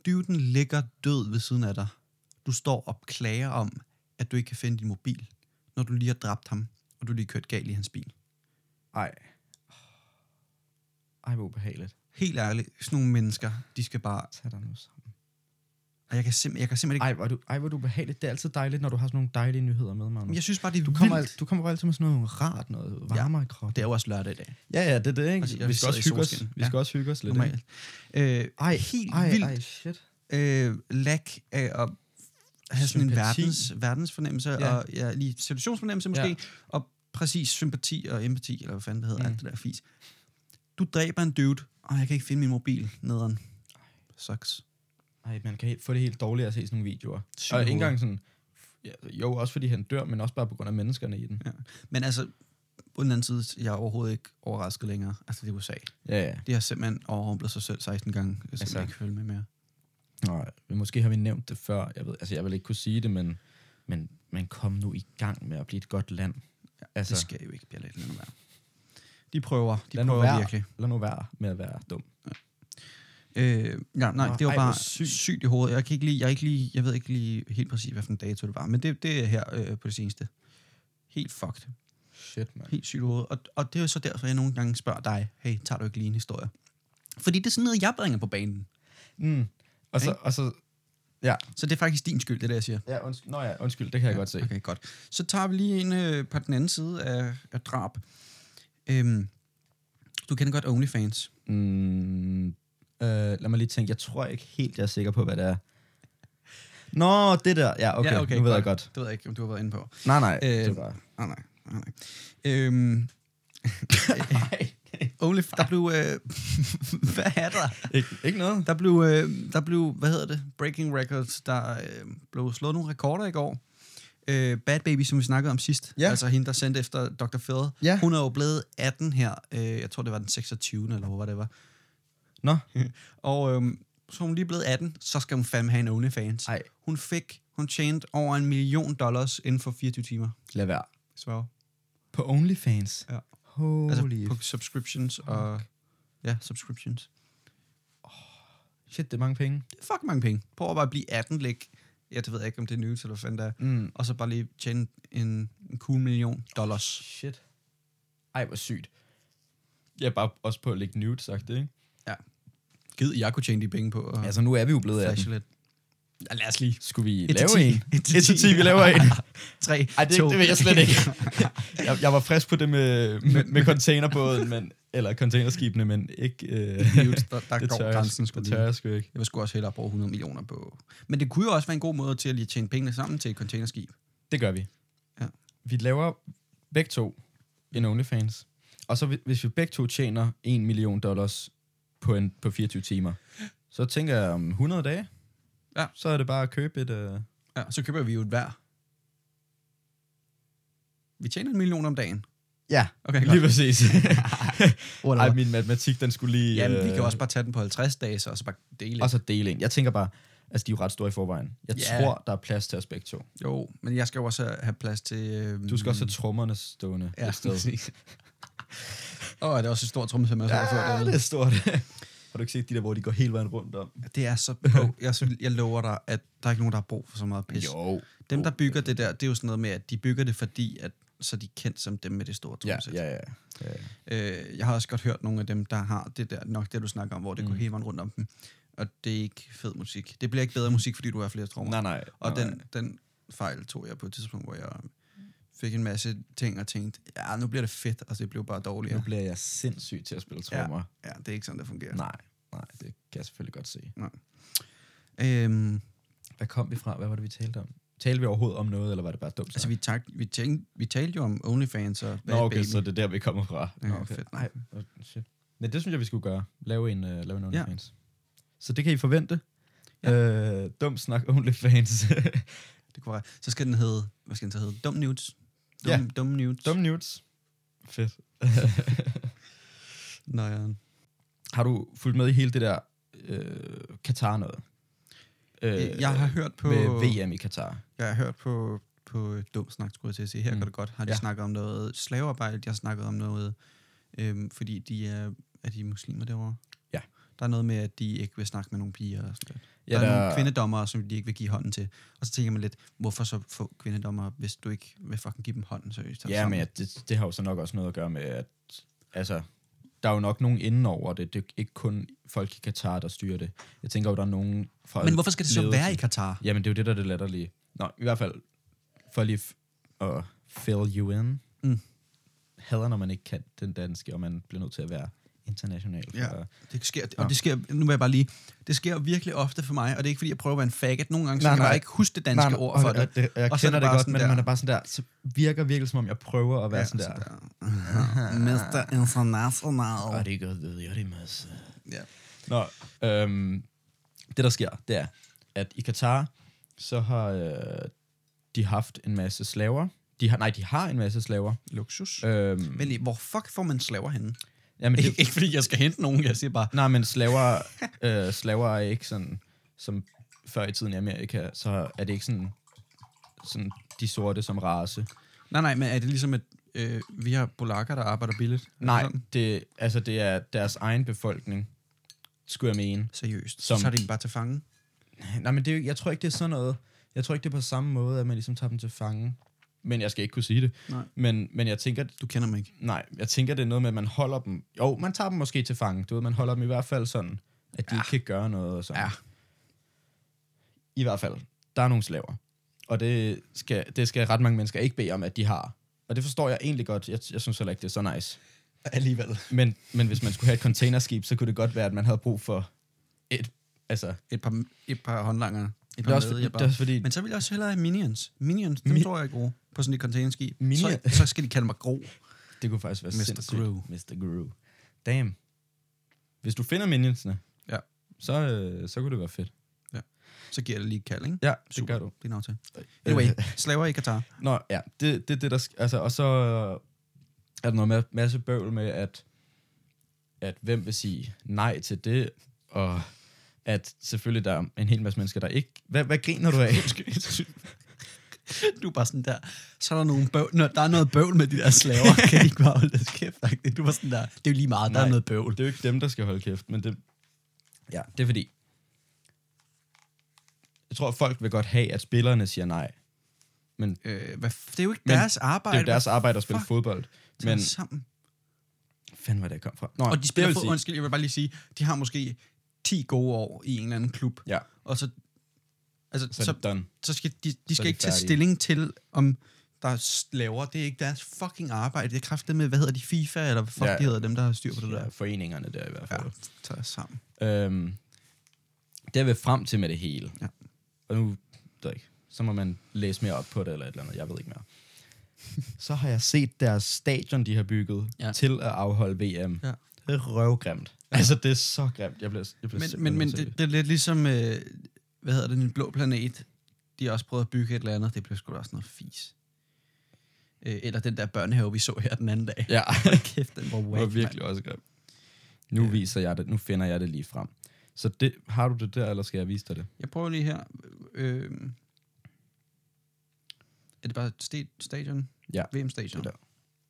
duden ligger død ved siden af dig. Du står og klager om, at du ikke kan finde din mobil, når du lige har dræbt ham, og du lige kørt galt i hans bil. Ej. Ej, hvor ubehageligt. Helt ærligt, sådan nogle mennesker, de skal bare... Tag dig nu sammen. Og jeg kan, simp- jeg kan simpelthen ikke... Ej, hvor er du, ej, hvor er du ubehageligt. Det er altid dejligt, når du har sådan nogle dejlige nyheder med, Magnus. Jeg synes bare, det er Du kommer, vildt. al- du kommer bare altid med sådan noget rart, noget varmere i kroppen. Det er jo også lørdag i dag. Ja, ja, det er det, ikke? Og jeg Vi skal sidder også i hygge os. solskin. Vi skal Ja. også hygge os lidt, Normalt. ikke? Øh, Ej, helt ej, vildt ej, shit. øh, lack af at have sådan en Sympati. verdens, verdensfornemmelse, Ja. og ja, lige situationsfornemmelse måske, Ja. og præcis sympati og empati, eller hvad fanden det hedder, Mm. alt det der fis. Du dræber en dude, og jeg kan ikke finde min mobil nederen. Sucks. Ej, man kan helt- få det helt dårligt at se sådan nogle videoer. Sygt Og ikke hoved. engang sådan... Ja, jo, også fordi han dør, men også bare på grund af menneskerne i den. Ja. Men altså, på den anden side, jeg er overhovedet ikke overrasket længere. Altså, det er U S A. Ja, ja. De har simpelthen overrumplet sig selv seksten gange. Jeg Altså- altså, ikke følge med mere. Nej, men måske har vi nævnt det før. Jeg ved, altså, jeg vil ikke kunne sige det, men, men, men kom nu i gang med at blive et godt land. Ja, Altså, det skal jo ikke blive lidt. Lad nu være. De prøver. De lad nu prøver være. virkelig. Lad nu være med at være dum. Øh, ja, nej, Nå, det var ej, bare hvor sygt. sygt. sygt i hovedet. Jeg kan ikke lige, jeg, er ikke lige, jeg ved ikke lige helt præcis, hvad for en dato det var, men det, det er her øh, på det seneste. Helt fucked. Shit, man. Helt sygt i hovedet. Og, og det er jo så derfor, jeg nogle gange spørger dig, hey, tager du ikke lige en historie? Fordi det er sådan noget, jeg bringer på banen. Mm. Og så, Ikke? og så... Ja. Så det er faktisk din skyld, det der, jeg siger. Ja, undskyld. Nå ja, undskyld, det kan jeg Ja, godt se. Okay, godt. Så tager vi lige en øh, på den anden side af, af drab. Øhm, du kender godt OnlyFans. Mm, øh, lad mig lige tænke. Jeg tror ikke helt, jeg er sikker på, hvad det er. Nå, det der. Ja, okay, Ja, okay, nu ved godt. jeg godt. Det ved jeg ikke, om du har været inde på. Nej, nej. Øh, det var... Nej, nej, nej, nej. Øhm, Only, der blev... Øh, hvad er der? ikke, ikke noget. Der blev, øh, der blev, hvad hedder det? Breaking Records. Der øh, blev slået nogle rekorder i går. Øh, Bad Baby, som vi snakkede om sidst. Ja. Altså hende, der sendte efter doktor Phil. Ja. Hun er jo blevet atten her. Øh, jeg tror, det var den seksogtyvende eller hvor det var. Nå. Og øhm, så er hun lige blevet atten, så skal hun fandme have en OnlyFans. Ej. Hun fik, hun tjente over en million dollars inden for fireogtyve timer. Lad være. Så På OnlyFans? Ja. Holy altså på subscriptions og... Ja, subscriptions. shit, det er mange penge. Det er fucking mange penge. Prøv at bare blive atten, læg. Ja, det ved jeg ikke, om det er nyt, eller hvad fanden det er. Mm. Og så bare lige tjene en, en cool million dollars. Shit. Ej, hvor sygt. Jeg er bare også på at lægge nude, sagt det, ikke? Gid, jeg kunne tjene de penge på at Altså, nu er vi jo blevet flashe atten. lidt. Ja, lad os lige. Skulle vi Et til lave ti. en? Et til Et til ti. ti, vi laver en. Tre, Ej, det, to. det ved jeg slet ikke. jeg, jeg var frisk på det med, med, med containerbåden, men, eller containerskibene, men ikke... Øh, Nudes, der, der det går tør jeg, grænsen sgu det lige. tør jeg sgu ikke. Jeg vil sgu også hellere bruge hundrede millioner på. Men det kunne jo også være en god måde til at lige tjene pengene sammen til et containerskib. Det gør vi. Ja. Vi laver begge to en OnlyFans. Og så hvis- hvis vi begge to tjener en million dollars på, en, på fireogtyve timer, så tænker jeg om hundrede dage, Ja. så er det bare at købe et... Uh... Ja, så køber vi jo et hver. Vi tjener en million om dagen. Ja, Okay, lige præcis. Whatever. Ej, min matematik, den skulle lige... Jamen, vi øh, kan også bare tage den på halvtreds dage, så og så bare dele. Og så dele en. Jeg tænker bare, altså de er jo ret store i forvejen. Jeg Ja. tror, der er plads til os begge to. Jo, men jeg skal jo også have plads til... Øhm... Du skal også have trommerne stående Ja, et sted. præcis. Åh, oh, det er også et stort trommesæt, jeg har Ja, før. det er stort. Har du ikke set de der, hvor de går hele vejen rundt om? Det er så på. Jeg, jeg lover dig, at der er ikke nogen, der har brug for så meget pis. Jo. Dem, der bygger det der, det er jo sådan noget med, at de bygger det, fordi at, så er de kendt som dem med det store Ja, trommesæt. ja, ja. ja. Øh, jeg har også godt hørt nogle af dem, der har det der, nok det du snakker om, hvor det mm. går hele vejen rundt om dem. Og det er ikke fed musik. Det bliver ikke bedre musik, fordi du har flere trommer. Nej, nej. Og nej, den, nej. den fejl tog jeg på et tidspunkt, hvor jeg fik en masse ting og tænkte, ja, nu bliver det fedt, og det blev bare dårligere. Nu bliver jeg sindssyg til at spille trommer. Ja, det er ikke sådan, det fungerer. Nej, nej, det kan jeg selvfølgelig godt se. Øhm, Hvad kom vi fra? Hvad var det, vi talte om? Talte vi overhovedet om noget, eller var det bare dumt? altså, vi, tak, vi, tænkte, vi talte jo om OnlyFans og Bad Nå, okay, Baby. så det er der, vi kommer fra. Ja, Nå, okay. fedt. Nej, oh, shit. Men det synes jeg, vi skulle gøre. Lave en, uh, lave en Ja. OnlyFans. Så det kan I forvente. Ja. Øh, dum snak OnlyFans. Det kunne være. Så skal den hedde, hvad skal den så hedde? Dum Nudes. Dum, Ja. Dum Nudes. Dum nudes. Fedt. Nå, ja. Har du fulgt med i hele det der øh, Katar noget? Øh, jeg har hørt på... Med V M i Katar. Jeg har hørt på, på dum snak, skulle jeg til at sige. Her Mm. går det godt. Har de Ja. snakket om noget slavearbejde? De har snakket om noget, øhm, fordi de er, er de muslimer derovre? Ja. Der er noget med, at de ikke vil snakke med nogle piger og sådan noget. Ja, der er der... nogle kvindedommere, som de ikke vil give hånden til. Og så tænker man lidt, hvorfor så få kvindedommere, hvis du ikke vil fucking give dem hånden seriøst? Ja, sammen. Men ja, det, det har jo så nok også noget at gøre med, at altså, der er jo nok nogen indenover det. Det er ikke kun folk i Katar, der styrer det. Jeg tænker jo, der er nogen fra... Men hvorfor skal det så være i Katar? Jamen, det er jo det, der er det latterlige. Nå, i hvert fald, for lige at fill you in. Mm. Hader, når man ikke kan den danske, og man bliver nødt til at være international. Ja, det sker, og ja. det sker, nu vil jeg bare lige, det sker virkelig ofte for mig, og det er ikke fordi, jeg prøver at være en faggot. Nogle gange, så nej, kan nej. jeg ikke huske det danske nej, nej, ord for det. det. Jeg og kender det godt, men der. Man er bare sådan der, så virker virkelig som om, jeg prøver at være ja, sådan der. der. mister International. Og det gør det, det er det masse. Ja. Nå, øhm, det der sker, det er, at i Katar, så har øh, de haft en masse slaver. De har, nej, de har en masse slaver. Luksus. Øhm, men hvor fuck får man slaver henne? Jamen, det, ikke, ikke fordi jeg skal hente nogen, jeg siger bare... Nej, men slaver, øh, slaver er ikke sådan, som før i tiden i Amerika, så er det ikke sådan, sådan de sorte som race. Nej, nej, men er det ligesom, at øh, vi har polakker, der arbejder billigt? Nej, det, altså, det er deres egen befolkning, skulle jeg mene. Seriøst? Som, så er de bare til fange? Nej, men det, jeg tror ikke, det er sådan noget... Jeg tror ikke, det er på samme måde, at man ligesom tager dem til fange. Men jeg skal ikke kunne sige det. Men, men jeg tænker... Du kender mig ikke. Nej, jeg tænker, det er noget med, at man holder dem... Jo, man tager dem måske til fange. Du ved, man holder dem i hvert fald sådan, at de ja. ikke kan gøre noget. Og sådan. Ja. I hvert fald, der er nogle slaver. Og det skal, det skal ret mange mennesker ikke bede om, at de har. Og det forstår jeg egentlig godt. Jeg, jeg synes heller ikke, det er så nice. Alligevel. Men, men hvis man skulle have et containerskib, så kunne det godt være, at man havde brug for et... Altså... Et par, et par håndlanger. Det er også, det er også fordi... Men så vil jeg også hellere have Minions. Minions, dem Mi- tror jeg er gode på sådan et containerskib. Så, så skal de kalde mig Gro. Det kunne faktisk være mister sindssygt. Gru. mister Gru. Damn. Hvis du finder Minionsene, ja. så, øh, så kunne det være fedt. Ja. Så giver det lige et kald, ikke? Ja, super. Det gør du. Det er til. Anyway, slaver i Katar. Nå, ja. Det det, det der... Altså, og så er der noget masse bøvl med, at, at hvem vil sige nej til det, og... at selvfølgelig der er en hel masse mennesker, der ikke... Hvad, hvad griner du af? Du er bare sådan der... Så er der nogle bøvl... Nå, der er noget bøvl med de der slaver. Kan de ikke bare holde deres kæft? Du var sådan der... Det er jo lige meget, der Nej, er noget bøvl. Det er jo ikke dem, der skal holde kæft, men det... Ja, det er fordi... Jeg tror, at folk vil godt have, at spillerne siger nej. Men... Øh, hvad, det er jo ikke deres arbejde. Det er jo deres arbejde at spille fuck? fodbold. Men... sammen. Fanden, hvor det kom fra. Nå, og de spiller fodbold... Undskyld, jeg vil bare lige sige... De har måske... ti gode år i en eller anden klub. Ja. Og så, altså, så, så, så skal de, de skal ikke tage stilling til, om der er slaver. Det er ikke deres fucking arbejde. Det er kraftigt med, hvad hedder de, FIFA, eller hvad fuck ja. de hedder, dem, der har styr på det der. Ja, foreningerne der i hvert fald. Ja, tager sammen. Øhm, det er vi frem til med det hele. Ja. Og nu, der ikke, så må man læse mere op på det, eller et eller andet. Jeg ved ikke mere. Så har jeg set deres stadion, de har bygget, ja. til at afholde V M. Ja. Det er røvgrimt. Ja. Altså, det er så grimt. Jeg bliver, jeg bliver men men, men det, det er lidt ligesom, øh, hvad hedder det, Den Blå Planet. De har også prøvet at bygge et eller andet. Det bliver sgu da også noget fis. Øh, eller den der børnehave, vi så her den anden dag. Ja. Kæft, den var whack, det var virkelig man. Også grimt. Nu ja. viser jeg det. Nu finder jeg det lige frem. Så det, har du det der, eller skal jeg vise dig det? Jeg prøver lige her. Øh, er det bare st- stadion? Ja. V M-stadion? Det der.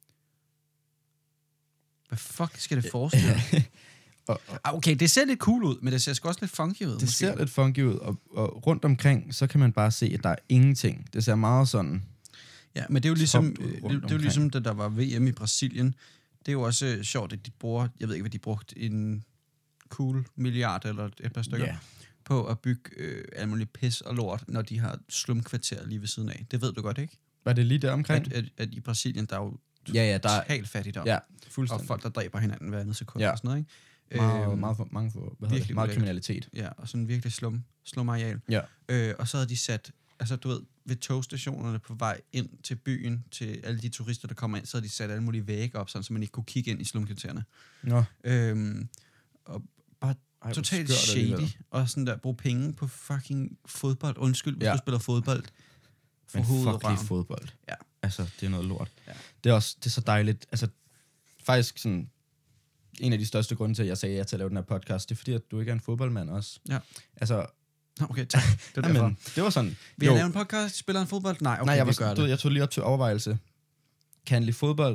Hvad fuck skal det forestille? og, og, okay, det ser lidt cool ud, men det ser sgu også lidt funky ud. Det måske. ser lidt funky ud, og, og rundt omkring, så kan man bare se, at der er ingenting. Det ser meget sådan... Ja, men det er jo ligesom, det, det er jo ligesom det, der var V M i Brasilien. Det er jo også øh, sjovt, at de bruger, jeg ved ikke, hvad de brugte, en cool milliard eller et par stykker, yeah. på at bygge øh, alt muligt pis og lort, når de har slumkvarter lige ved siden af. Det ved du godt, ikke? Var det lige der omkring? At, at, at i Brasilien, der er jo ja, ja, der er totalt fattigdom. Ja, og folk, der dræber hinanden hver andet sekund ja. og sådan noget, ikke? Meget, øhm, meget, for, mange for, hvad virkelig det? Meget kriminalitet. Ja, og sådan virkelig slum, slum areal. Ja. Øh, og så havde de sat, altså du ved, ved togstationerne på vej ind til byen, til alle de turister, der kommer ind, så havde de sat alle mulige vægge op, sådan, så man ikke kunne kigge ind i slumkvartererne. Nå. Øhm, og bare Ej, totalt shady, og sådan der, bruge penge på fucking fodbold. Undskyld, hvis ja. du spiller fodbold. For Men fuck lige fodbold. Ja. Altså, det er noget lort. Ja. Det er også, det er så dejligt. Altså, faktisk sådan, en af de største grunde til, at jeg sagde ja til at lave den her podcast, det er fordi, at du ikke er en fodboldmand også. Ja. Altså... Okay, tak. Det, ja, men, det var sådan... Vil jeg lave en podcast, spiller en fodbold? Nej, okay, Nej, jeg, var, gør du, det. jeg tog lige op til overvejelse. Kan han lide fodbold?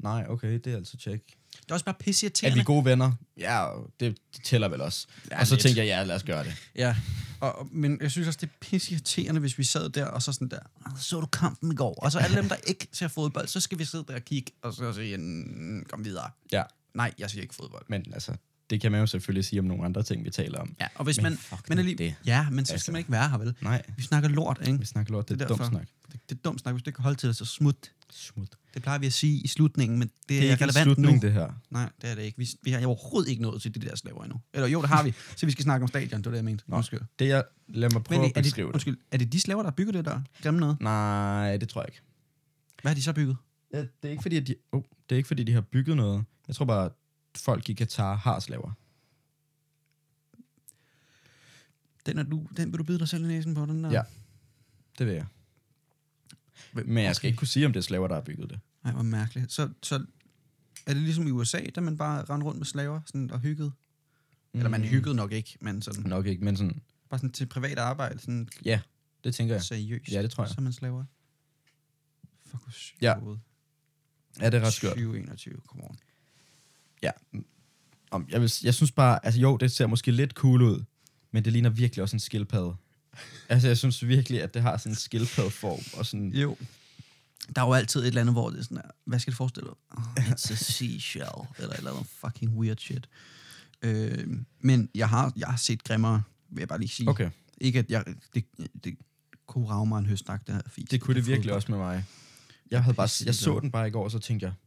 Nej, okay, det er altså tjek. Det er også bare pisse Er irriterende. vi gode venner? Ja, det, det tæller vel også. Ja, og så lidt. tænker jeg, ja, lad os gøre det. Ja, og, og- men jeg synes også, det er pisse irriterende, hvis vi sad der, og så sådan der, så du kampen i går? Og så alle dem, der ikke ser fodbold, så skal vi sidde der og kigge, og så sige, "Mm, kom videre. Ja. Nej, jeg siger ikke fodbold. Men altså, det kan man jo selvfølgelig sige om nogle andre ting, vi taler om. Ja, og hvis Men man... fuck men nu alligevel- det. Ja, men så Altså. skal man ikke være her, vel? Nej, Vi snakker lort, ikke? vi snakker lort, det er Det er dumt derfor. snak. Det, det er dumt snak, hvis du ikke kan holde til det, så smut. Smut. Det plejer vi at sige i slutningen, men det, Det er er ikke en relevant slutning, nu. det her. Nej, det er det ikke. Vi, vi har overhovedet ikke nået til de der slaver endnu. Eller jo, det har vi. Så vi skal snakke om stadion, det var det, jeg mente. Nå. Undskyld. Det er, lad mig prøve Men at er det, beskrive det. undskyld, er det de slaver, der har bygget det der? Glem noget. Nej, det tror jeg ikke. Hvad har de så bygget? Ja, det er ikke fordi, at de, oh, det er ikke fordi, de har bygget noget. Jeg tror bare, at folk i Katar har slaver. Den, er du, den vil du bide dig selv i næsen på, den der? Ja. Det vil jeg. Men jeg skal ikke kunne sige, om det er slaver, der har bygget det. Nej, hvor mærkeligt. Så, så er det ligesom i U S A, der man bare rendte rundt med slaver sådan, og hyggede? Mm. Eller man hyggede nok ikke, men sådan, Nok ikke, men sådan, bare sådan til privat arbejde, sådan ja, det tænker jeg. seriøst. Ja, det tror jeg. Så er man slaver. Fuck, hvor sygt. Ja. Ja, det er ret skørt. tyve enogtyve, come on. Ja. Om, jeg, vil, jeg synes bare, altså jo, det ser måske lidt cool ud, men det ligner virkelig også en skildpadde. Altså, jeg synes virkelig, at det har sådan en skildpaddeform, og sådan... Jo. Der er jo altid et eller andet, hvor det er sådan her, hvad skal det forestille dig? Oh, it's a seashell, eller et eller andet fucking weird shit. Øh, men jeg har, jeg har set grimmere, vil jeg bare lige sige. Okay, Ikke at jeg, det, det kunne rage mig en høstak, det her fis. det kunne det virkelig fodbold. også med mig. Jeg, havde bare, Pisse jeg så ligeglad. den bare i går, og så tænkte jeg,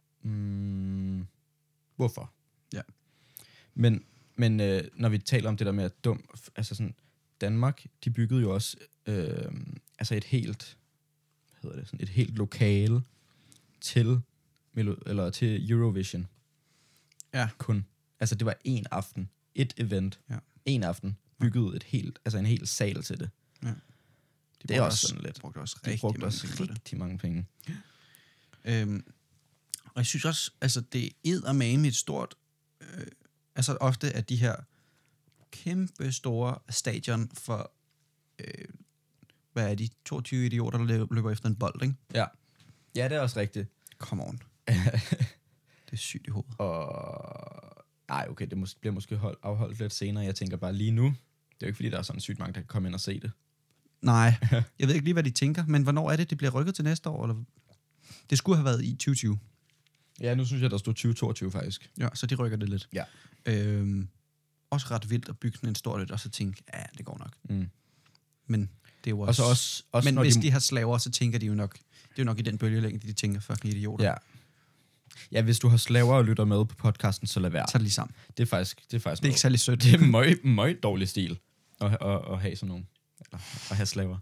mm, hvorfor? Ja. Men, men øh, når vi taler om det der med at dum, altså sådan, Danmark, de byggede jo også øh, altså et helt, hvad hedder det, sådan et helt lokale til, melo- eller til Eurovision. Ja. Kun. Altså det var en aften, et event, Ja. en aften, byggede et helt, altså en hel sal til det. Ja. De Det er brugte også sådan lidt. brugte også De rigtig brugte mange også penge på det. rigtig mange penge. Øhm, og jeg synes også, altså det er eddermame et stort, øh, altså ofte er de her kæmpe store stadion for, øh, hvad er de, toogtyve idioter, der lø- løber efter en bold, ikke? Ja. Ja, det er også rigtigt. Come on. Det er sygt i hovedet. Og... Nej, okay, det mås- bliver måske hold- afholdt lidt senere. Jeg tænker bare lige nu. Det er jo ikke, fordi der er sådan sygt mange, der kan komme ind og se det. Nej, jeg ved ikke lige, hvad de tænker, men hvornår er det, det bliver rykket til næste år? Eller? Det skulle have været i tyve tyve. Ja, nu synes jeg, der stod tyve toogtyve faktisk. Ja, så de rykker det lidt. Ja. Øhm, også ret vildt at bygge sådan en stor lidt, og så tænke, ja, det går nok. Mm. Men det er jo også... Og så også... også men når hvis de... de har slaver, så tænker de jo nok, det er jo nok i den bølgelængde, de tænker, fucking idioter. Ja. Ja, hvis du har slaver og lytter med på podcasten, så lad være. Tag det lige sammen. Det er faktisk... Det er faktisk Det er ikke særlig sødt. det er meget, meget dårlig stil at, at, at have sådan nogle... Eller at have slaver.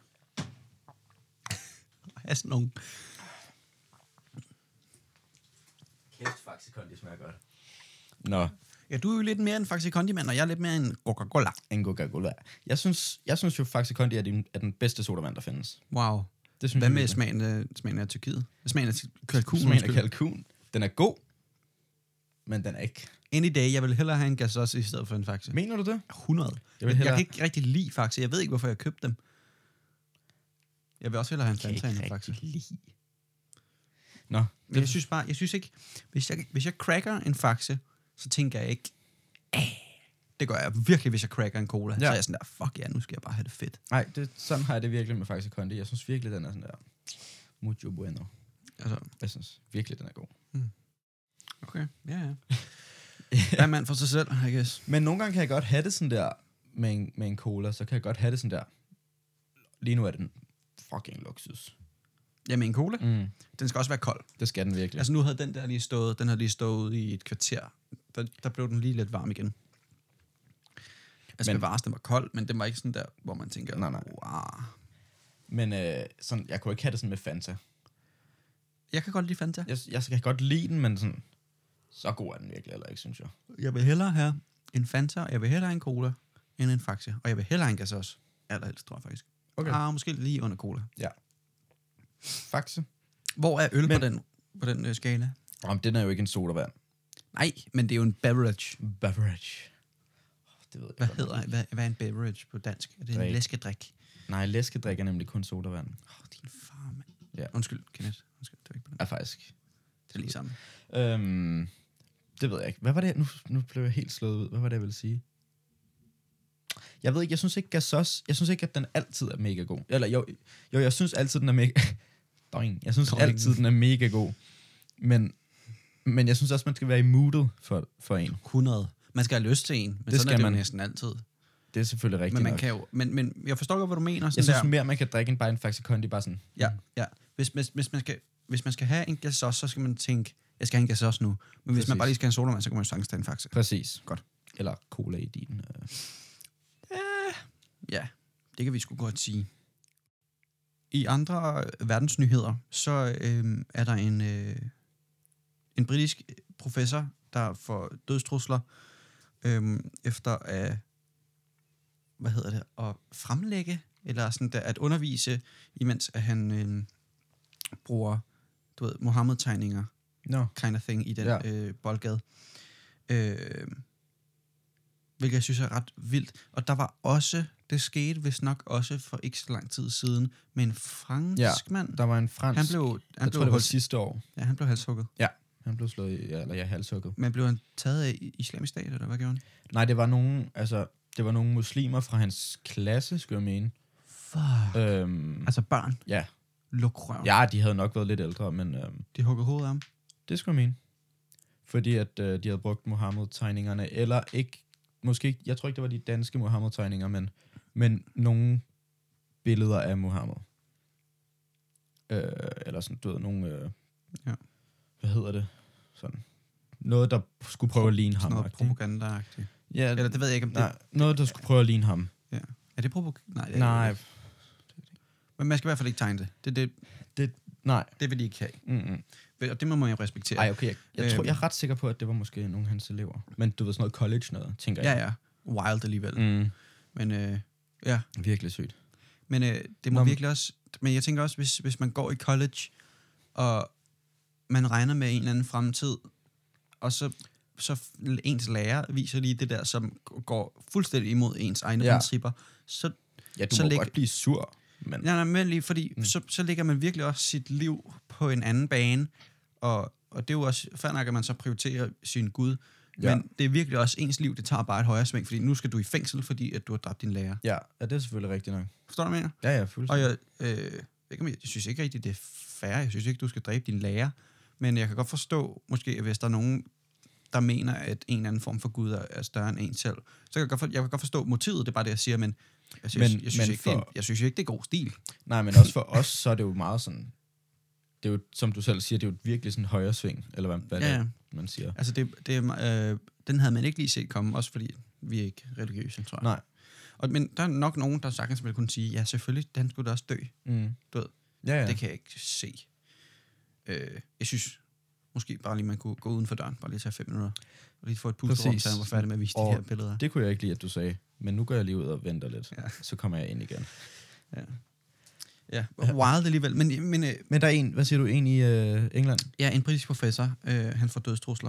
have sådan nogle... Kæft, faktisk kondi smager godt. Nå, Ja, du er jo lidt mere en Faxi Kondi-mand, og jeg er lidt mere en Coca-Cola. en Coca-Cola. Jeg synes, jeg synes jo faktisk, Kondi er den, er den bedste sodavand, der findes. Wow. Det synes Hvad jeg med virkelig. smagen af, smagen af Tyrkiet? Smagen af kalkun? Smagen af undskyld. kalkun. Den er god, men den er ikke. Any day, jeg vil hellere have en gas også i stedet for en Faxi. Mener du det? hundrede. Jeg Jeg, vil jeg hellere... kan ikke rigtig lide Faxi. Jeg ved ikke, hvorfor jeg købte dem. Jeg vil også hellere have en Fanta end en Faxi. lide. Nå, Men jeg synes bare, jeg synes ikke, hvis jeg, hvis jeg cracker en Faxe, så tænker jeg ikke, "Æh." Det gør jeg virkelig, hvis jeg cracker en cola. Ja. Så er jeg sådan der, fuck ja, nu skal jeg bare have det fedt. nej, det, sådan har jeg det virkelig med faktisk Kondi. Jeg synes virkelig, den er sådan der, mucho bueno. Altså, Jeg synes virkelig, den er god. okay, ja ja. Hver mand for sig selv, I guess. Men nogle gange kan jeg godt have det sådan der, med en, med en cola, så kan jeg godt have det sådan der, lige nu er den fucking luksus. Ja, med en cola, Mm. den skal også være kold. Det skal den virkelig. Altså nu havde den der lige stået, den havde lige stået ude i et kvarter. Der, der blev den lige lidt varm igen. Altså Men- bevares, den var kold, men den var ikke sådan der, hvor man tænker, Nej, nej. wow. Men øh, sådan, jeg kunne ikke have det sådan med Fanta. Jeg kan godt lide Fanta. Jeg, jeg kan godt lide den, men sådan, så god er den virkelig heller ikke, synes jeg. Jeg vil hellere have en Fanta, og jeg vil hellere have en cola, end en Faxi. Og jeg vil hellere have en gas også. Allerhelst, tror jeg faktisk. Okay. Ah, måske lige under cola. Faxe? Hvor er øl Men- på den, på den øh, skala? Om den er jo ikke en sodavand. Nej, men det er jo en beverage. Beverage. Oh, det ved jeg Hvad godt, hedder ikke. hvad, hvad er en beverage på dansk? Er det Drik. en læskedrik? Nej, læskedrik er nemlig kun sodavand. Åh, oh, din far, mand. Ja. Undskyld, Kenneth. Undskyld, det var ikke på den. Er faktisk. Det er lige sammen. Øhm, det ved jeg ikke. Hvad var det? Nu, nu blev jeg helt slået ud. Hvad var det, jeg ville sige? Jeg ved ikke, jeg synes ikke, Gassos, jeg synes ikke, at den altid er mega god. Eller jo, jo jeg synes altid, den er mega... Døgn. Jeg synes Døgn. altid, den er mega god. Men, men jeg synes også, man skal være i moodet for, for en. hundrede. Man skal have lyst til en, men Det sådan skal er det man. jo næsten altid. Det er selvfølgelig rigtigt Men man nok. kan jo, men, men jeg forstår godt, hvad du mener. Sådan Jeg synes der. mere, man kan drikke en bare en Faxe Kondi, bare sådan... Ja, ja. Hvis, hvis, hvis, man skal, hvis man skal have en Gassos, så skal man tænke, jeg skal have en Gassos nu. Men hvis Præcis. man bare lige skal have en sodavand, så kan man jo sagtens tage en Faxe. Præcis. Godt. Eller cola i din... Øh. Ja, det kan vi sgu godt sige. I andre verdensnyheder, så øh, er der en, øh, en britisk professor, der får dødstrusler øh, efter at, hvad hedder det, at fremlægge, eller sådan der, at undervise, imens at han øh, bruger, du ved, Mohammed-tegninger, No. kind of thing, i den Ja. ja. øh, boldgade. Øh, hvilket jeg synes er ret vildt. Og der var også, det skete vist nok også for ikke så lang tid siden, med en fransk Ja, mand. Der var en fransk... Han blev, han jeg blev tror, det var holdt, sidste år. ja, han blev halshugget. Han blev slået i... Ja, eller ja, halshugget. Men blev han taget af islamisk stat, eller hvad gjorde han? Nej, det var nogen... Altså, det var nogle muslimer fra hans klasse, skulle jeg mene. Fuck. Øhm, Altså børn. ja. Luk røven. Ja, de havde nok været lidt ældre, men øhm, De huggede hovedet af ham. det skulle jeg mene. Fordi at øh, de havde brugt Mohammed-tegningerne, eller ikke... Måske ikke... Jeg tror ikke, det var de danske Mohammed-tegninger, men, men nogle billeder af Mohammed. Øh, eller sådan, du ved, nogle... Øh, Ja. Hvad hedder det? Sådan... Noget, der skulle prøve at ligne ham. Sådan noget propaganda-agtigt. Ja, Eller det ved jeg ikke, om det... nej, noget, der skulle prøve at ligne ham. Er det propaganda? Nej. Det er Nej, det ikke. Men man skal i hvert fald ikke tegne det. Det, det, det, nej. det vil de ikke have. Mm-mm. Og det må man jo respektere. Ej, okay. Jeg, jeg, tror, Øhm. jeg er ret sikker på, at det var måske nogle af hans elever. Men du ved, sådan noget college noget, tænker Ja, jeg. ja. Wild alligevel. Mm. Men øh, ja. Virkelig sygt. Men øh, det må Nå, men- virkelig også... Men jeg tænker også, hvis, hvis man går i college, og man regner med en eller anden fremtid, og så, så ens lærer viser lige det der, som går fuldstændig imod ens egne Ja. principper, så... Ja, du Så må læg- godt blive sur, men... Nej, nej, men lige fordi, Mm. mm. så, så lægger man virkelig også sit liv på en anden bane, og, og det er jo også fair nok, at man så prioriterer sin Gud, Ja. men det er virkelig også ens liv, det tager bare et højere sving, fordi nu skal du i fængsel, fordi at du har dræbt din lærer. Ja, ja, det er selvfølgelig rigtigt nok. Forstår du, hvad jeg mener? Ja, ja, Og fuldstændig. jeg, øh, ikke, om jeg, jeg synes ikke rigtig, det er fair. Jeg synes ikke, du skal dræbe din lærer. Men jeg kan godt forstå, måske, hvis der er nogen, der mener, at en eller anden form for Gud er, er større end en selv. Så kan jeg, godt for, jeg kan godt forstå motivet, det er bare det, jeg siger, men jeg synes, Men- jeg synes, men ikke, det er, for- jeg synes ikke, det er god stil. Nej, men også for os, så er det jo meget sådan... Det er jo, som du selv siger, det er jo virkelig sådan højre sving, eller hvad, hvad Ja, ja, ja. det, man siger. Altså, det, det, er, øh, den havde man ikke lige set komme, også fordi vi er ikke religiøse, tror jeg. Nej. Og, men der er nok nogen, der sagtens vil kunne sige, ja, selvfølgelig, han skulle da også dø. Mm. Du ved, Ja, Ja. ja. Det kan jeg ikke se. Øh, jeg synes måske bare lige, man kunne gå uden for døren, bare lige tage fem minutter, og lige få et pusterum, Præcis. så han var færdig med at vise Og de her billeder. Det kunne jeg ikke lide, at du sagde. Men nu går jeg lige ud og venter lidt. Ja. Så kommer jeg ind igen. Ja. Ja, wild alligevel. Men, men øh, Men der er en, hvad siger du, en i øh, England? ja, en britisk professor, øh, han får dødstrusler.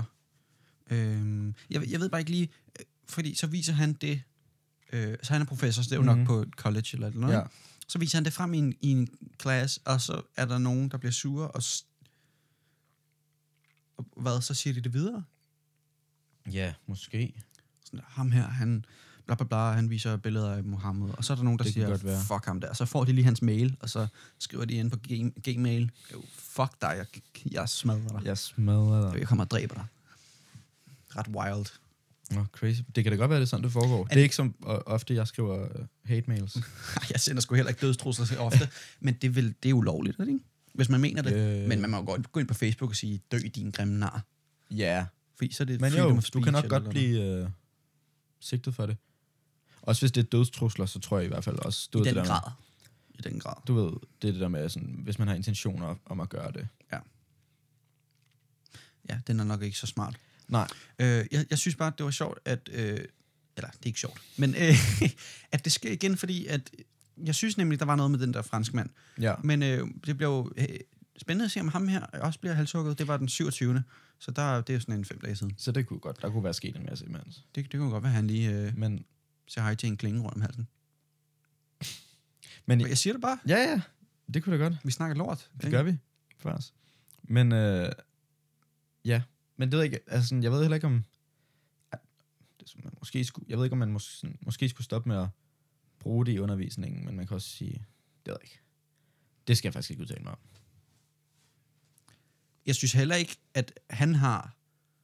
Øh, jeg, jeg ved bare ikke lige, øh, fordi så viser han det, øh, så han er professor, så det er jo Mhm. nok på et college eller noget. Ja. Så viser han det frem i en, i en klasse, og så er der nogen, der bliver sure, og, s- og hvad, så siger de det videre? Ja, måske. Sådan, ham her, han bla bla bla, han viser billeder af Mohammed, og så er der nogen, der Det kan siger, godt være. fuck ham der. Så får de lige hans mail, og så skriver de ind på game, Gmail, jo, fuck dig, jeg, jeg smadrer dig. Jeg smadrer dig. Jeg kommer og dræber dig. Ret wild. Nå, crazy. Det kan da godt være, det er sådan, det foregår. Det er ikke som øh, ofte, jeg skriver uh, hate mails. Jeg sender sgu heller ikke dødstrusler så ofte, men det er, vel, det er ulovligt, er det ikke? Hvis man mener det. Øh. Men man må jo godt gå ind på Facebook og sige, dø din grimme nar. Ja. Fordi så er det Men freedom jo, of du speech kan nok eller godt noget. blive øh, sigtet for det. Også hvis det er dødstrusler, så tror jeg i hvert fald også... Du I ved, den det der grad. I den grad. Med, du ved, det er det der med, sådan, hvis man har intentioner om at gøre det. Ja, den er nok ikke så smart. Nej. Øh, jeg, jeg synes bare, det var sjovt, at... Øh, eller, det er ikke sjovt. Men øh, at det sker igen, fordi at... Jeg synes nemlig, der var noget med den der franske mand. Ja. Men øh, det bliver jo øh, spændende at se, om ham her også bliver halshugget. Det var den syvogtyvende Så der, det er jo sådan en fem dage siden. Så det kunne godt. Der kunne være sket en masse imens. Det, det kunne godt være, at han lige øh, Men, siger hej til en klinge rundt om halsen. men Men jeg siger det bare. ja, ja. Det kunne da godt. Vi snakker lort. Det gør vi. Faktisk. Men, øh, Ja, men det ved jeg ikke, altså sådan, jeg ved heller ikke om, det, man måske skulle, jeg ved ikke om man mås, sådan, måske skulle stoppe med at bruge det i undervisningen, men man kan også sige, det ved jeg ikke. Det skal jeg faktisk ikke udtale mig om. Jeg synes heller ikke, at han har...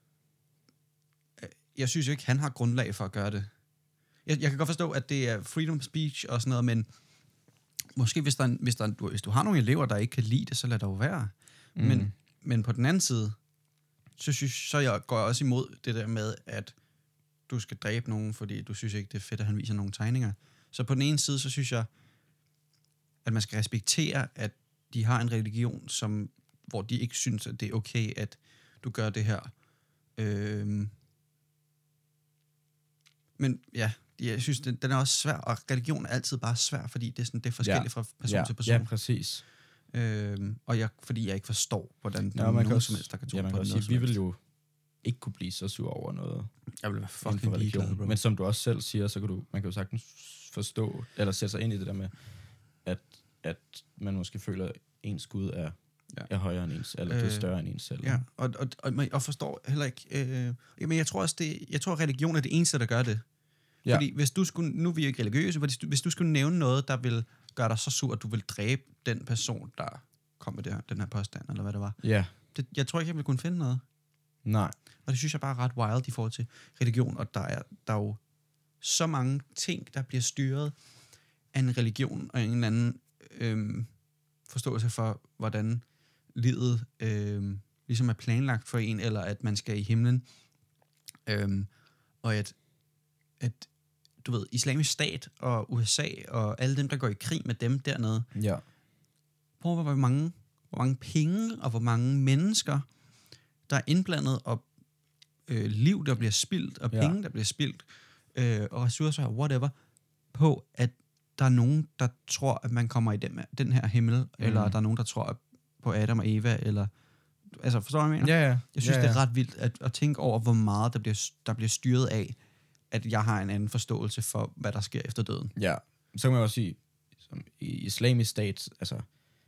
Jeg synes jo ikke, han har grundlag for at gøre det. Jeg, jeg kan godt forstå, at det er freedom of speech og sådan noget, men måske hvis, der, hvis, der, du, hvis du har nogle elever, der ikke kan lide det, så lad det jo være. Mm. Men, men på den anden side, så, synes, så jeg går jeg også imod det der med, at du skal dræbe nogen, fordi du synes ikke, det er fedt, at han viser nogle tegninger. Så på den ene side, så synes jeg, at man skal respektere, at de har en religion, som, hvor de ikke synes, at det er okay, at du gør det her. Øhm. Men ja, jeg synes, den, den er også svær, og religion er altid bare svær, fordi det er, sådan, det er forskelligt ja. fra person ja. til person. Ja, præcis. Øhm, og jeg, fordi jeg ikke forstår, hvordan ja, nogen man kan også, som helst, der kan tro ja, man på kan noget også sige, vi som vil jo ikke kunne blive så sur over noget. Jeg vil være fucking for religion. ligeglad, bro. Men som du også selv siger, så kan du, man kan jo sagtens forstå, eller sætte sig ind i det der med, at, at man måske føler, at ens Gud er, ja. er højere end ens, eller øh, det er større end ens selv. Ja, og, og, og, og forstår heller ikke... Øh, men jeg tror også, det, jeg tror, at religion er det eneste, der gør det. Ja. Fordi hvis du skulle... Nu er vi ikke religiøse, hvis du, hvis du skulle nævne noget, der vil gøre dig så sur, at du vil dræbe den person, der kom med det her, den her påstand, eller hvad det var. Ja. Det, jeg tror ikke, jeg vil kunne finde noget. Nej. Og det synes jeg bare er ret wild i forhold til religion, og der er, der er jo så mange ting, der bliver styret af en religion, og en eller anden øhm, forståelse for, hvordan livet øhm, ligesom er planlagt for en, eller at man skal i himlen. Øhm, og at, at, du ved, Islamisk Stat og U S A og alle dem, der går i krig med dem dernede. Ja. Prøv hvor mange, hvor mange penge og hvor mange mennesker, der er indblandet, og øh, liv, der bliver spildt, og penge, ja. der bliver spildt, øh, og ressourcer og whatever, på, at der er nogen, der tror, at man kommer i den, den her himmel, mm. eller der er nogen, der tror på Adam og Eva, eller... Altså, forstår du, hvad jeg mener? Ja, ja. Jeg synes, ja, ja. det er ret vildt at, at tænke over, hvor meget der bliver, der bliver styret af, at jeg har en anden forståelse for, hvad der sker efter døden. Ja, så kan man også sige, som i Islamisk Stat, altså,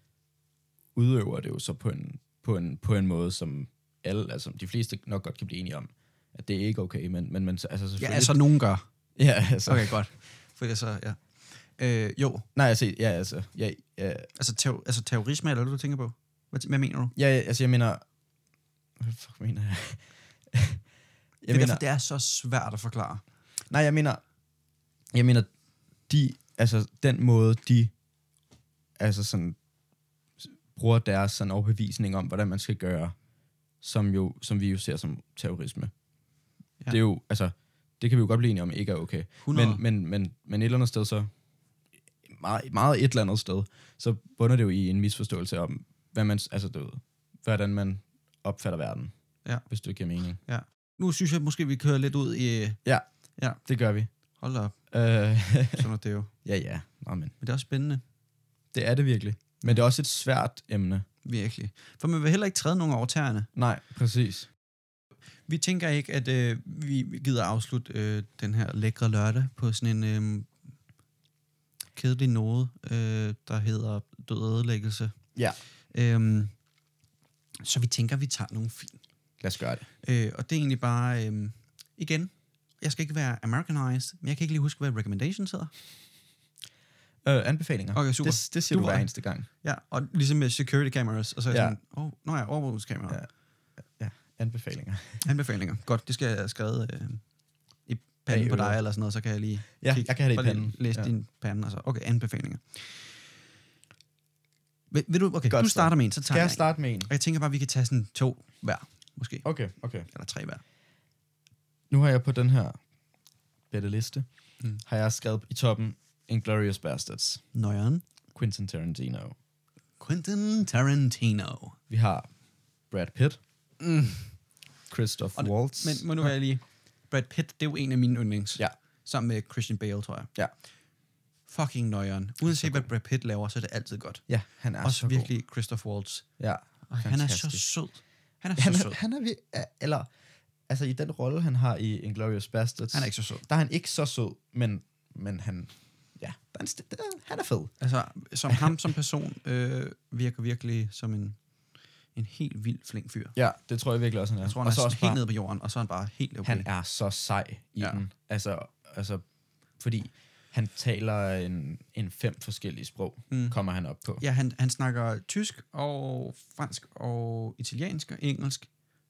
udøver det jo så på en, på en, på en måde, som alle, altså de fleste nok godt kan blive enige om, at det er ikke okay, men, men, men altså selvfølgelig... Ja, altså nogen gør. Ja, altså... Okay, godt. For jeg så, ja. Øh, jo. Nej, altså, ja, altså... Ja, ja. Altså, ter- altså terrorisme, eller hvad du tænker på? Hvad, hvad mener du? Ja, altså jeg mener... Hvad fuck mener jeg? jeg det er mener, derfor, det er så svært at forklare. Nej, jeg mener... Jeg mener, de... Altså, den måde, de... Altså sådan... Bruger deres sådan overbevisning om, hvordan man skal gøre, som, jo, som vi jo ser som terrorisme. Ja. Det er jo... Altså... Det kan vi jo godt blive enige om, ikke er okay. Men, men, men, men et eller andet sted, så... Meget, meget et eller andet sted, så bunder det jo i en misforståelse om, hvad man, altså, du ved, hvordan man opfatter verden. Ja. Hvis det giver mening. Ja. Nu synes jeg måske, vi kører lidt ud i... Ja, ja. Det gør vi. Hold op. Øh, Sådan er det jo. Ja, ja. Nå, men. Men det er også spændende. Det er det virkelig. Men det er også et svært emne. Virkelig. For man vil heller ikke træde nogen over tæerne. Nej, præcis. Vi tænker ikke, at øh, vi gider afslutte øh, den her lækre lørdag på sådan en øh, kedelig noget, øh, der hedder død og ødelæggelse. Ja. Øhm, så vi tænker, at vi tager nogle film. Lad os gøre det. Øh, og det er egentlig bare, øh, igen, jeg skal ikke være Americanized, men jeg kan ikke lige huske, hvad recommendations hedder. Øh, anbefalinger. Okay, super. Det, det siger du, du hver eneste gang. Ja, og ligesom med security cameras, og så er jeg ja. sådan, åh, oh, nå ja, overvågningskamera. Ja. ja, anbefalinger. Anbefalinger. Godt, det skal jeg have skrevet øh, i panden på dig, eller sådan noget, så kan jeg lige... Ja, kigge, jeg kan have det i panden. Læse ja. din pande, og så, okay, anbefalinger. Vil, vil du, okay, Godt, du starter med en, så tager skal jeg jeg starte med en? Og jeg tænker bare, vi kan tage sådan to hver, måske. Okay, okay. Eller tre hver. Nu har jeg på den her bedte liste, mm. har jeg skrevet i toppen Inglourious Basterds. Nøjeren. Quentin Tarantino. Quentin Tarantino. Vi har Brad Pitt. Mm. Christoph og, Waltz. Men må nu have lige... Brad Pitt, det er jo en af mine yndlings. Ja. Sammen med Christian Bale, tror jeg. Ja. Fucking nøjeren. Uanset hvad Brad Pitt laver, så er det altid godt. Ja, han er også så virkelig god. Christoph Waltz. Ja. Og han er så sød. Han er han, så sød. Han er, er eller altså i den rolle han har i Inglourious Basterds. Han er ikke så sød. Der er han ikke så sød, men men han ja, han, han er fed. Altså som ham som person øh, virker virkelig som en en helt vild flink fyr. Ja, det tror jeg virkelig også, han er. Jeg tror, han og er så også helt bare, nede på jorden, og så er han bare helt okay. han er så sej i Ja. ja. den. Altså, altså, fordi han taler en, en fem forskellige sprog, Mm. kommer han op på. Ja, han, han snakker tysk og fransk og italiensk og engelsk.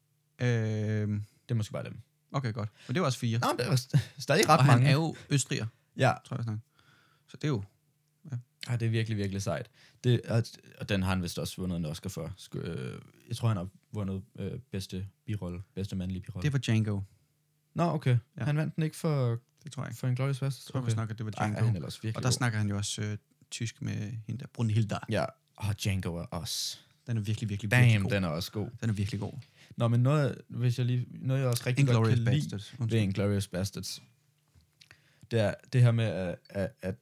Øhm, Det er måske bare dem. okay, godt. Men det er også fire. Nå, det er st- stadig ret og mange. han er jo østriger, Ja, tror jeg snart. Så det er jo... ja, det er virkelig, virkelig sejt. Det, og, og den har han vist også vundet en Oscar for. Sku, øh, jeg tror, han har vundet øh, bedste birolle, bedste mandlige birolle. Det var Django. Nå, okay. Ja. Ja. Han vandt den ikke for, Det tror jeg ikke. for Inglourious Basterds? Jeg tror, okay. vi snakker, det var Ej, Django. han er ellers virkelig Og der god. snakker han jo også øh, tysk med hende der, Brunhilde. Ja, og Django er også. Den er virkelig, virkelig, virkelig Damn, god. den er også god. Den er virkelig god. Nå, men noget, hvis jeg lige, noget jeg også rigtig godt Inglourious kan lide Basterds. ved Undskyld. Inglourious Basterds, det er det her med, at, at, at,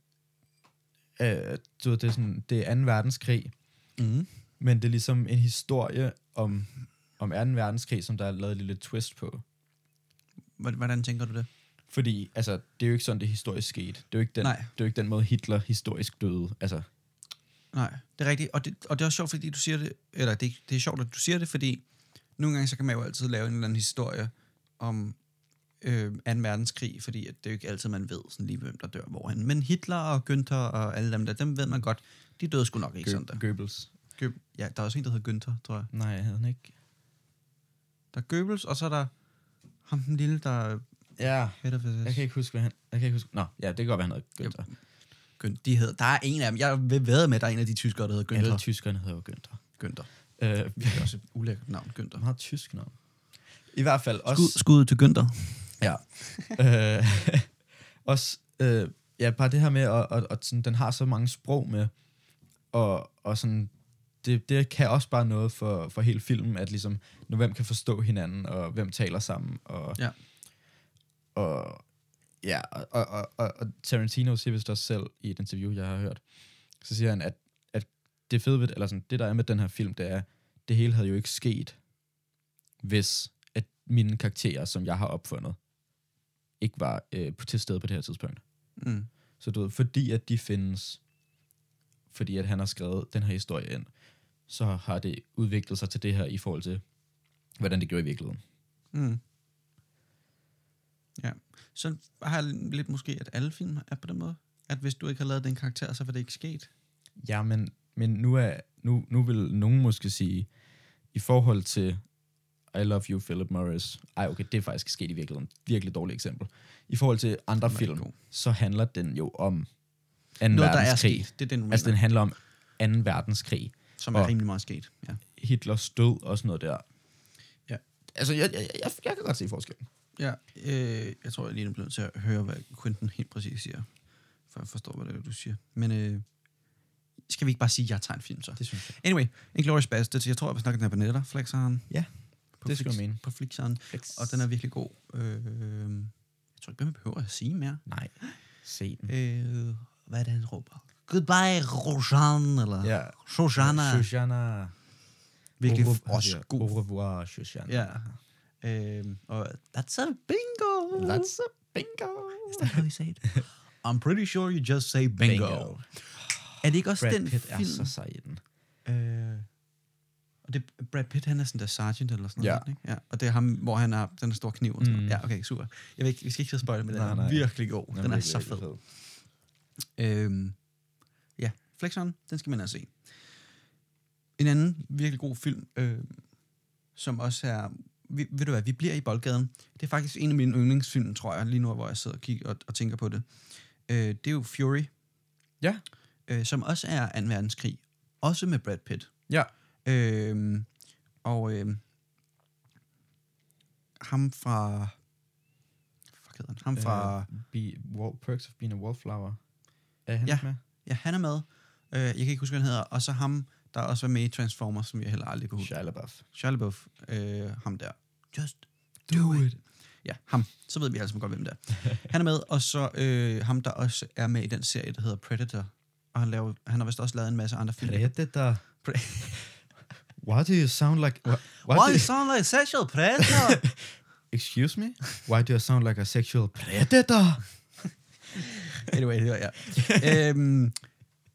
at du ved, det, er sådan, det er anden verdenskrig, Mm. men det er ligesom en historie om, om anden verdenskrig, som der er lavet et lille twist på. Hvordan tænker du det? Fordi, altså, det er jo ikke sådan, det historisk skete. Det er jo ikke den, Nej. det er jo ikke den måde, Hitler historisk døde. Altså, Nej, det er rigtigt. Og det, og det er også sjovt, fordi du siger det, eller det, det er sjovt, at du siger det, fordi nogle gange så kan man jo altid lave en eller anden historie om øh, anden verdenskrig, fordi at det er jo ikke altid, man ved sådan lige, hvem der dør hvorhen. Men Hitler og Günther og alle dem der, dem ved man godt, de døde sgu nok ikke Gø- sådan der. Goebbels. Gø- ja, der er også en, der hedder Günther, tror jeg. Nej, jeg havde den ikke. Der er Goebbels, og så er der ham den lille, der... Ja, Head of jeg kan ikke huske, hvad han... Jeg kan ikke huske... Nå, ja, det kan godt være, han hedder Günther. Günther. De hedder, der er en af dem. Jeg vil vædde med, at der er en af de tyskere, der hedder Alle Günther. tyskerne hedder jo Günther. Günther. Øh, Det er også et ulækkert navn, Günther. han har et tysk navn. I hvert fald også... Skud, skud til Günther. Ja. øh, også, øh, ja, bare det her med, at, at, at sådan, den har så mange sprog med, og, og sådan, det, det kan også bare noget for, for hele filmen, at ligesom, nu hvem kan forstå hinanden, og hvem taler sammen, og... Ja. Og, ja, og, og, og, og Tarantino siger vist også selv i et interview, jeg har hørt, så siger han, at, at det fede ved, eller sådan, det der er med den her film, det er, det hele havde jo ikke sket, hvis at mine karakterer, som jeg har opfundet, ikke var øh, på til stede på det her tidspunkt. Mm. Så du ved, fordi at de findes, fordi at han har skrevet den her historie ind, så har det udviklet sig til det her i forhold til, hvordan det gjorde i virkeligheden. Mm. Ja. Så har jeg lidt måske, at alle film er på den måde. At hvis du ikke har lavet den karakter, så var det ikke sket. Ja, men, men nu, er, nu, nu vil nogen måske sige, i forhold til I Love You, Philip Morris, ej okay, det er faktisk sket i virkeligheden. Virkelig dårligt eksempel. I forhold til andre Den var ikke film, god. så handler den jo om anden Noget, der er verdenskrig. sket. Det er den, du Altså, den mener, handler om anden verdenskrig. som er og- rimelig meget sket. Ja. Hitlers død og sådan noget der. Ja. Altså, jeg, jeg, jeg, jeg kan godt se forskellen. Ja, øh, jeg tror, jeg lige er blevet til at høre, hvad Quentin helt præcis siger. For at forstå, hvad det er, du siger. Men øh, skal vi ikke bare sige, at jeg tager en film så? Det synes jeg. Anyway, Inglourious Basterds. Jeg tror, jeg snakker den her på Netflixeren. Ja, på det skulle Flix- jeg mene. På Flixeren. Og den er virkelig god. Øh, jeg tror ikke, man behøver at sige mere. Nej, se den. Øh, hvad er det, han råber? Goodbye, Rojan, eller Ja. Shoshana. Shoshana. Virkelig Au f- revoir, også ja. god. Au revoir, Shoshana. Ja. Øh, og that's a bingo. That's a bingo. Is that how you say it? I'm pretty sure you just say bingo. bingo. Er det ikke også Brad den Pitt film? er så sej i den. Øh, og det, Brad Pitt, han er sådan der sergeant eller sådan Ja. noget, ikke? Ja. Og det er ham, hvor han har den store kniv og sådan Mm. noget. Ja, okay, super. Jeg vil ikke, vi skal ikke så spoil med den. Nej, Den er nej. virkelig god. Den, den er virkelig, så virkelig fed. Øhm, ja, Flexon, den skal man altså se. En anden virkelig god film, øh, som også er... Vi, ved du hvad, vi bliver i boldgaden. Det er faktisk en af mine yndlingsfilm, tror jeg, lige nu, hvor jeg sidder og, kigger og, og tænker på det. Øh, det er jo Fury. Ja. Øh, som også er anden verdenskrig. Også med Brad Pitt. Ja. Øh, og øh, ham fra... Fuck hedder han? Ham fra... Uh, be, wall, Perks of Being a Wallflower. Er han Ja. med? Ja, han er med. Øh, jeg kan ikke huske, hvad han hedder. Og så ham, der også var med i Transformers, som jeg heller aldrig kunne huske. Shia LaBeouf. Shia LaBeouf. Øh, ham der. Just do it. Ja, ham. Så ved vi alle sammen godt, hvem det er. Han er med, og så øh, ham, der også er med i den serie, der hedder Predator. Og han, laver, han har vist også lavet en masse andre film. Predator. Pre- Why do you sound like... Why, why Why do you you, sound like a sexual predator? excuse me? Why do you sound like a sexual predator? Anyway, det var ja. øhm,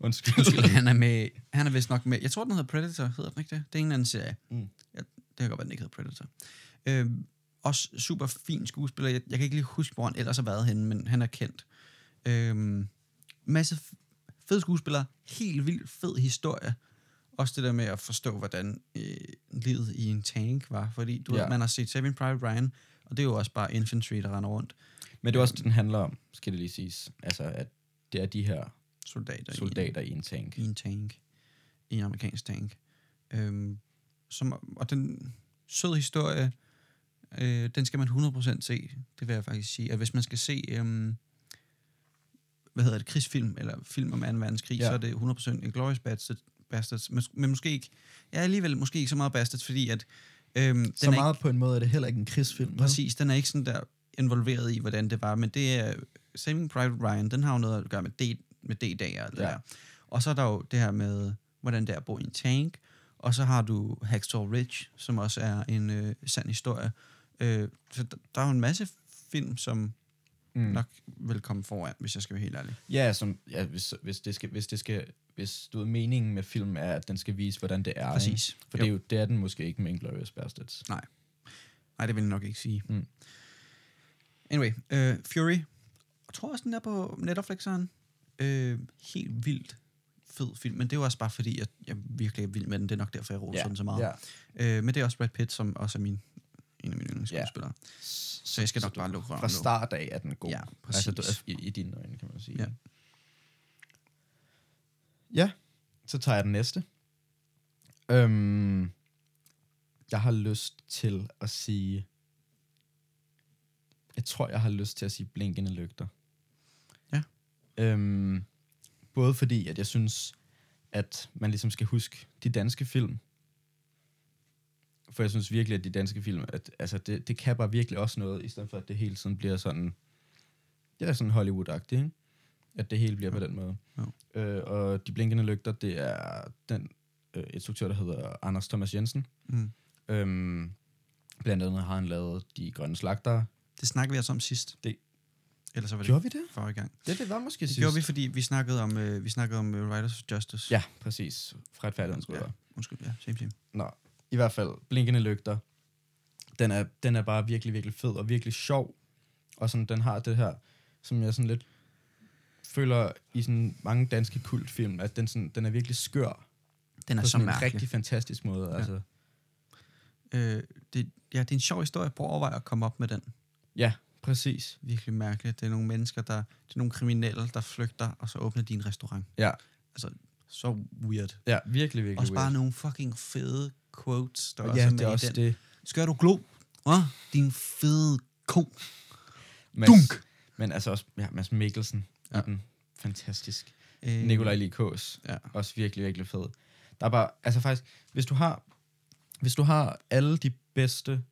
Undskyld. Undskyld, han er med, han er vist nok med, jeg tror, den hedder Predator, hedder den ikke det? Det er en eller anden serie. Mm. Ja, det kan godt være, den ikke hedder Predator. Øhm, også super fin skuespiller. Jeg, jeg kan ikke lige huske, hvor han ellers har været henne, men han er kendt. Øhm, masse fed skuespiller, helt vildt fed historie. Også det der med at forstå, hvordan øh, livet i en tank var. Fordi du Ja. ved, man har set Saving Private Ryan, og det er jo også bare infantry, der render rundt. Men det er også det, den handler om, skal det lige siges. Altså, at det er de her Soldater, soldater i en tank. i en tank. I en amerikansk tank. Øhm, som, og den søde historie, øh, den skal man hundrede procent se. Det vil jeg faktisk sige. At hvis man skal se, øhm, hvad hedder det, krigsfilm, eller film om anden verdenskrig, Ja. så er det hundrede procent Inglourious Basterds. Bastards. Men, men måske ikke, ja alligevel måske ikke så meget Bastards, fordi at øhm, den Så er meget på en måde er det heller ikke en krigsfilm. ikke, præcis, den er ikke sådan der involveret i, hvordan det var, men det er Saving Private Ryan, den har jo noget at gøre med D, med D-dager og det Ja. der. Og så er der jo det her med, hvordan det er at bo i en tank, og så har du Hacksaw Ridge, som også er en øh, sand historie. Øh, så der, der er jo en masse film, som Mm. nok vil komme foran, hvis jeg skal være helt ærlig. Ja, som, ja hvis, hvis, det skal, hvis det skal, hvis du ved, meningen med film er, at den skal vise, hvordan det er. Præcis. Ikke? For det er, jo, det er den måske ikke med Inglourious Basterds. Nej. Nej, det vil jeg nok ikke sige. Mm. Anyway, uh, Fury. Jeg tror også, den er på Netflix'eren. Uh, helt vildt fed film, men det er jo også bare fordi, at jeg virkelig er vild med den. Det er nok derfor, jeg roser Ja, den så meget. ja. Uh, men det er også Brad Pitt, som også er min, en af mine yndlingsskuespillere. Ja. Så jeg skal nok bare lukke røven Fra nu. start af er den god. Ja, præcis. Altså, du, i, i dine øjne, kan man sige. Ja. Ja, så tager jeg den næste. Øhm, jeg har lyst til at sige... Jeg tror, jeg har lyst til at sige Blinkende Lygter. Ja. Øhm, både fordi, at jeg synes, at man ligesom skal huske de danske film. For jeg synes virkelig, at de danske film, at, altså det, det kan bare virkelig også noget, i stedet for, at det hele tiden bliver sådan... Det er sådan Hollywood-agtigt, ikke? At det hele bliver ja. på den måde. Ja. Øh, og De Blinkende Lygter, det er den øh, instruktør, der hedder Anders Thomas Jensen. Mm. Øhm, blandt andet har han lavet De Grønne Slagtere. Det snakkede vi altså om sidst. Det. Ellers så var det Gjorde vi det? forrige gang. Det, det var måske det sidst. gjorde vi, fordi vi snakkede om, øh, vi snakkede om uh, Writers of Justice. Ja, præcis. Retfærdighedens Rødder. Ja, undskyld, ja, same, same. Nå, i hvert fald, Blinkende Lygter, den er, den er bare virkelig, virkelig fed og virkelig sjov. Og sådan, den har det her, som jeg sådan lidt føler i sådan mange danske kultfilm, at den, sådan, den er virkelig skør. Den er på så sådan en mærkelig. rigtig fantastisk måde. Ja. Altså. Øh, det, ja, det er en sjov historie. Prøv at overveje at komme op med den. Ja, præcis. Virkelig mærkeligt. Det er nogle mennesker, der... Det er nogle kriminelle, der flygter, og så åbner de en restaurant. Ja. Altså, så weird. Ja, virkelig, virkelig Også weird. bare nogle fucking fede quotes, der Og også ja, er med det er i også den. det. Skal du glo? Åh, din fede ko. Mads, Dunk! Men altså også ja, Mads Mikkelsen ja. Ja. i den. Fantastisk. Øh, Nikolaj Likås. Ja. Også virkelig, virkelig fed. Der er bare, altså faktisk, hvis du har, hvis du har alle de bedste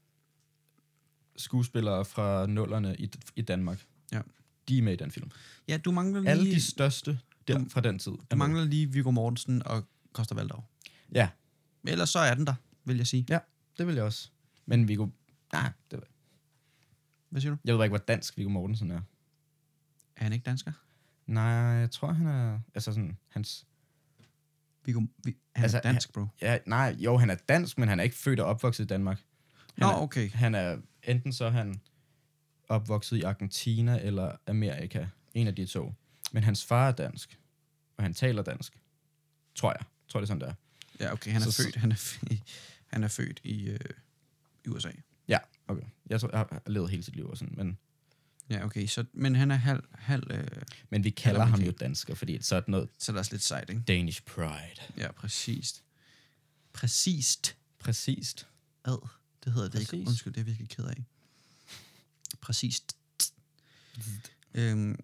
skuespillere fra nullerne i, i Danmark, Ja. de er med i den film. Ja, du mangler lige... Alle de største der, Du- fra den tid. Du mangler lige Viggo Mortensen og Costa Valdau. Ja, Ellers så er den der, vil jeg sige. ja, det vil jeg også. Men Viggo, nej, det ved jeg. Hvad siger du? Jeg ved ikke, hvor dansk Viggo Mortensen er. Er han ikke dansker? Nej, jeg tror, han er, altså sådan, hans, Viggo, vi, han Altså, er dansk, bro. ja, nej, jo, han er dansk, men han er ikke født og opvokset i Danmark. Han Nå, er, okay. Han er, enten så er han opvokset i Argentina eller Amerika. En af de to. Men hans far er dansk, og han taler dansk. Tror jeg. Tror det er sådan, der. Ja, okay, han er Så- født, han er, f- han er født i, øh, i U S A. Ja, okay. Jeg, tror, jeg har levet hele sit liv og sådan, men, Ja, okay, så, men han er halv, halv øh, men vi kalder ham amerikaner. jo dansker, fordi så er det noget så er det også lidt sejt, ikke? Danish pride. Ja, præcist. Præcist. Præcist. Ad, det hedder det ikke. Præcis. Undskyld, det er jeg virkelig ked af. Præcist. øhm,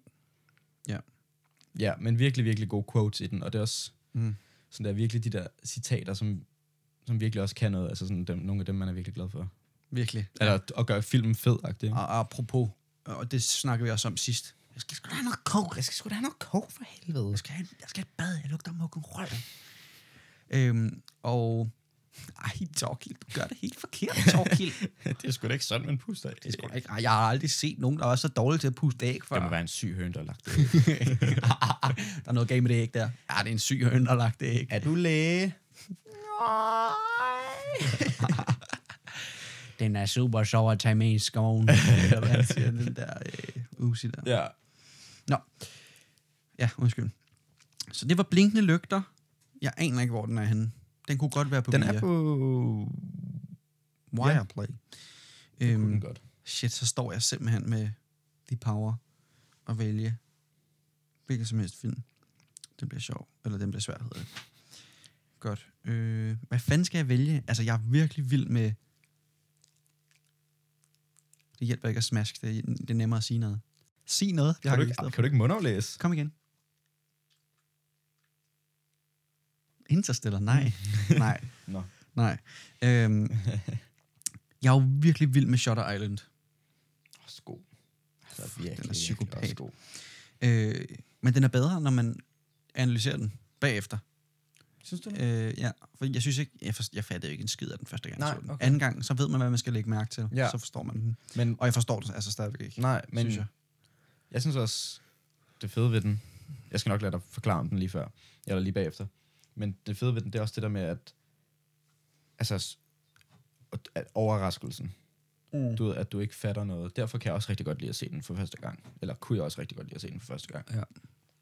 Ja, men virkelig, virkelig gode quotes i den, og det er også mm. sådan der virkelig de der citater, som, som virkelig også kan noget, altså sådan dem, nogle af dem, man er virkelig glad for. Virkelig. Eller at gøre filmen fed-agtig. ikke? Og apropos, og det snakker vi også om sidst. Jeg skal sgu da have noget kog. Jeg skal sgu da have noget kog for helvede. Jeg skal have, jeg skal have et bad. Jeg lugter mukken røv. Øhm, og Ej, Torkild, du gør det helt forkert, Torkild. Det er sgu da ikke sådan, man puster æg. Det er sgu da ikke. Ej, jeg har aldrig set nogen, der er så dårlig til at puste æg før. Det må være en syg høne, der har lagt det. Der er noget galt med det æg der. Ja, det er en syg høne, der har lagt det æg. Er du læge? Den er super sjov at tage med i skoven. Eller hvad han siger, den der øh, usi der. Ja. Nå. Ja, undskyld. Så det var Blinkende Lygter. Jeg aner ikke, hvor den er henne. Den kunne godt være på Den Via. er på... Wireplay. Det kunne Øhm, den godt. shit, så står jeg simpelthen med The Power at vælge hvilken som helst film. Den bliver sjov. Eller den bliver svær, hedder det. Godt. Øh, hvad fanden skal jeg vælge? Altså, jeg er virkelig vild med... Det hjælper ikke at smaske. Det er, det er nemmere at sige noget. Sig noget. Kan du, ikke, kan du ikke mundaflæse? Kom igen. Interstellar, nej. nej. Nå. Nej. Øhm, jeg er jo virkelig vild med Shutter Island. Også god. Altså, virkelig, den er psykopat. virkelig god. Øh, men den er bedre, når man analyserer den bagefter. Synes du det? Øh, ja, for jeg synes ikke, jeg, for, jeg fattede jo ikke en skid af den første gang. Nej, jeg så den. okay. Anden gang, så ved man, hvad man skal lægge mærke til. Ja. Så forstår man den. Men, Og jeg forstår den altså stadigvæk ikke. nej, men synes jeg. jeg. jeg synes også, det fede ved den, jeg skal nok lade dig forklare om den lige før, eller lige bagefter, men det fede ved den, det er også det der med, at altså, at overraskelsen, Mm. du ved, at du ikke fatter noget. Derfor kan jeg også rigtig godt lide at se den for første gang. Eller kunne jeg også rigtig godt lide at se den for første gang. Ja.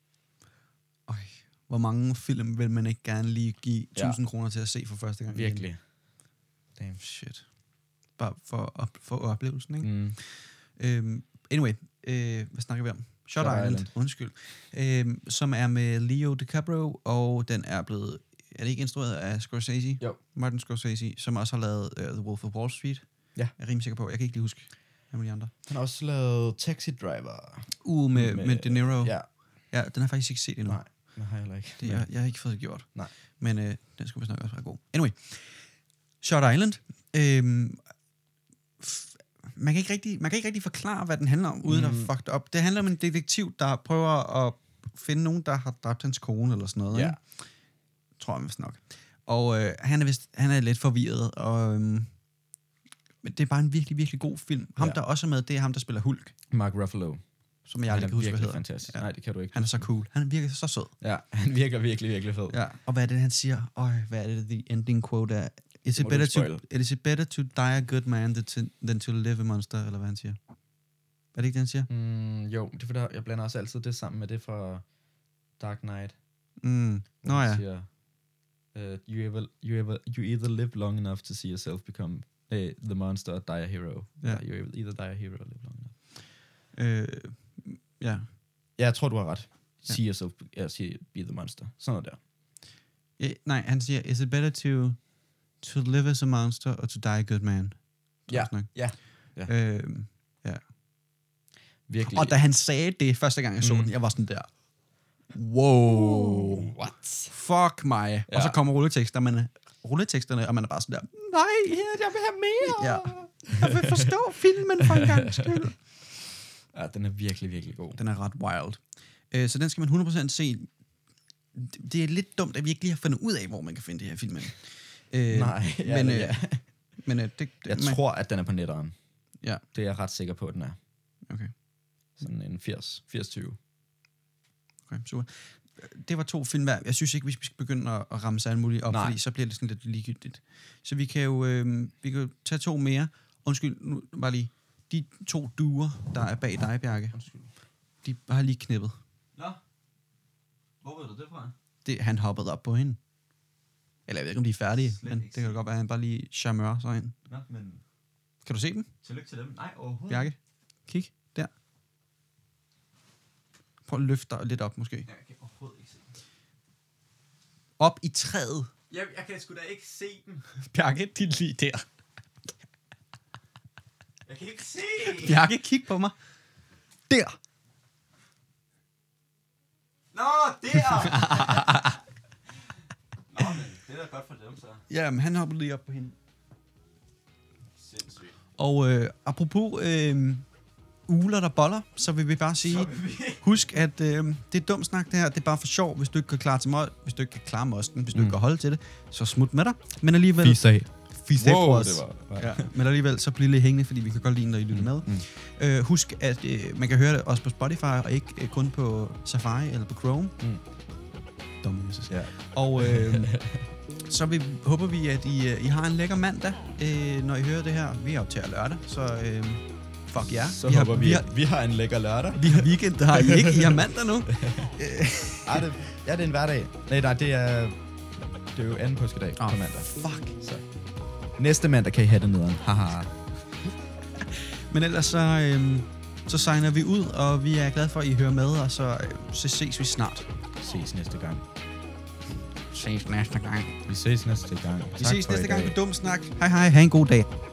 Øj, hvor mange film vil man ikke gerne lige give tusind Ja. kroner til at se for første gang? igen? Virkelig. Damn. Shit. Bare for, op, for oplevelsen, ikke? Mm. Øhm, anyway, øh, hvad snakker vi om? Shutter Shutter Island, Island. undskyld. Øhm, som er med Leo DiCaprio, og den er blevet, er det ikke instrueret af Scorsese? Jo. Martin Scorsese, som også har lavet uh, The Wolf of Wall Street. Ja. Jeg er rimelig sikker på. Jeg kan ikke lige huske alle de andre. Han har også lavet Taxi Driver. Uh, med, med, Med- med De Niro. Ja. Ja, den har jeg faktisk ikke set endnu. Nej, det har jeg heller ikke. Det, jeg, jeg har ikke fået det gjort. Nej. Men øh, den skulle vist nok også være god. Anyway. Shutter Island. Øhm, f- man, kan ikke rigtig, man kan ikke rigtig forklare, hvad den handler om, uden Mm. at fuck det op. Det handler om en detektiv, der prøver at finde nogen, der har dræbt hans kone eller sådan noget. Ja. Ikke? Tror jeg vist nok. Og øh, han, er vist, han er lidt forvirret, og... Øhm, men det er bare en virkelig, virkelig god film. Ham, Ja. der også er med, det er ham, der spiller Hulk, Mark Ruffalo. som jeg Han aldrig er kan huske, hvad virkelig hedder. fantastisk. Ja. Nej, det kan du ikke. Han er så cool. Han virker så sød. Ja, han virker virkelig, virkelig fed. Ja. Og hvad er det, han siger? Øj, hvad er det, the ending quote er? Is it, Må du better ikke to, spoil? is it better to die a good man than to, than to live a monster, eller hvad han siger? Er det ikke det, han siger? Mm, jo, det er fordi, jeg blander også altid det sammen med det fra Dark Knight. Mm. hvor Nå han ja. Siger, uh, you, ever, you, ever, you either live long enough to see yourself become uh, the monster or die a hero. Ja. Yeah. You either die a hero or live long enough. Øh, ja. Ja, jeg tror, du har ret. Ja. See yourself, ja, see, be the monster. Sådan noget der. ja. Nej, han siger, is it better to, to live as a monster or to die a good man? Ja. Nok. Ja. Ja. Øh, Virkelig. og da han sagde det første gang, jeg så Mm. den, jeg var sådan der, wow. What? Fuck mig. Ja. Og så kommer rulletekster, man, rulleteksterne, og man er bare sådan der, nej, jeg vil have mere. Ja. Jeg vil forstå filmen for en gang skyld. Ja, den er virkelig, virkelig god. Den er ret wild. Øh, så den skal man hundrede procent se. Det- Det er lidt dumt, at vi ikke lige har fundet ud af, hvor man kan finde det her film. Øh, Nej, ja, men, øh, ja. men øh, det, det, Jeg man, tror, at den er på netteren. Ja. Det er jeg ret sikker på, at den er. Okay, Sådan en firs, firs tyve. okay, super. Det var to film hver. Jeg synes ikke, vi skal begynde at, at ramme sig alle mulige op, Nej. fordi så bliver det sådan lidt ligegyldigt. Så vi kan jo øh, vi kan jo tage to mere. Undskyld, nu bare lige. De to duer, der er bag dig, Bjarke, Undskyld. de har lige knippet. Nå. Hvor ved du det fra? Det, han hoppede op på hende. Eller jeg ved ikke, om de er færdige, Slet men ikke det kan godt være, at han bare lige charmeur sig ind. Nå, men Kan du se dem, tillykke til dem. Nej, overhovedet. Bjarke? Kig, der. Prøv at løfte dig lidt op, måske. Jeg kan overhovedet ikke se dem. Op i træet. Jeg, jeg kan sgu da ikke se dem. Bjarke, de er lige der. Jeg kan ikke se. Bjarke, kig på mig. Der. Nå, der. Nå, men det er da godt for dem, så. Jamen, han hoppede lige op på hende. Sindssygt. Og øh, apropos øh, uler, der boller, så vil vi bare sige, husk, at øh, det er dumt snak, det her. Det er bare for sjov, hvis du ikke kan klare til møg, hvis du ikke kan klare mosten, hvis du mm. ikke kan holde til det, så smut med dig. Men alligevel... Fis af. Fis af wow, for os. det var, ja. Men alligevel, så bliver lidt hængende, fordi vi kan godt lide, når I lytter med. Mm. Øh, husk, at øh, man kan høre det også på Spotify, og ikke øh, kun på Safari eller på Chrome. Mm. Dumme Jesus. Ja. Og øh, så vi, håber vi, at I, I har en lækker mandag, øh, når I hører det her. Vi er optaget lørdag, så øh, fuck ja. Så vi håber har, vi, vi, har, vi har en lækker lørdag. Vi har weekend, det har I ikke. I har mandag nu. Ej, det, ja, det er en hverdag. Nej, nej, det er, det er jo anden påskedag oh, på mandag. Fuck. Så. Næste mandag kan I have det nederen. Haha. Men ellers så, øh, så signer vi ud, og vi er glade for, at I hører med, og så, øh, så ses vi snart. Ses næste gang. Ses næste gang. Vi ses næste gang. Vi ses næste gang på Dum Snak. Hej hej, ha' en god dag.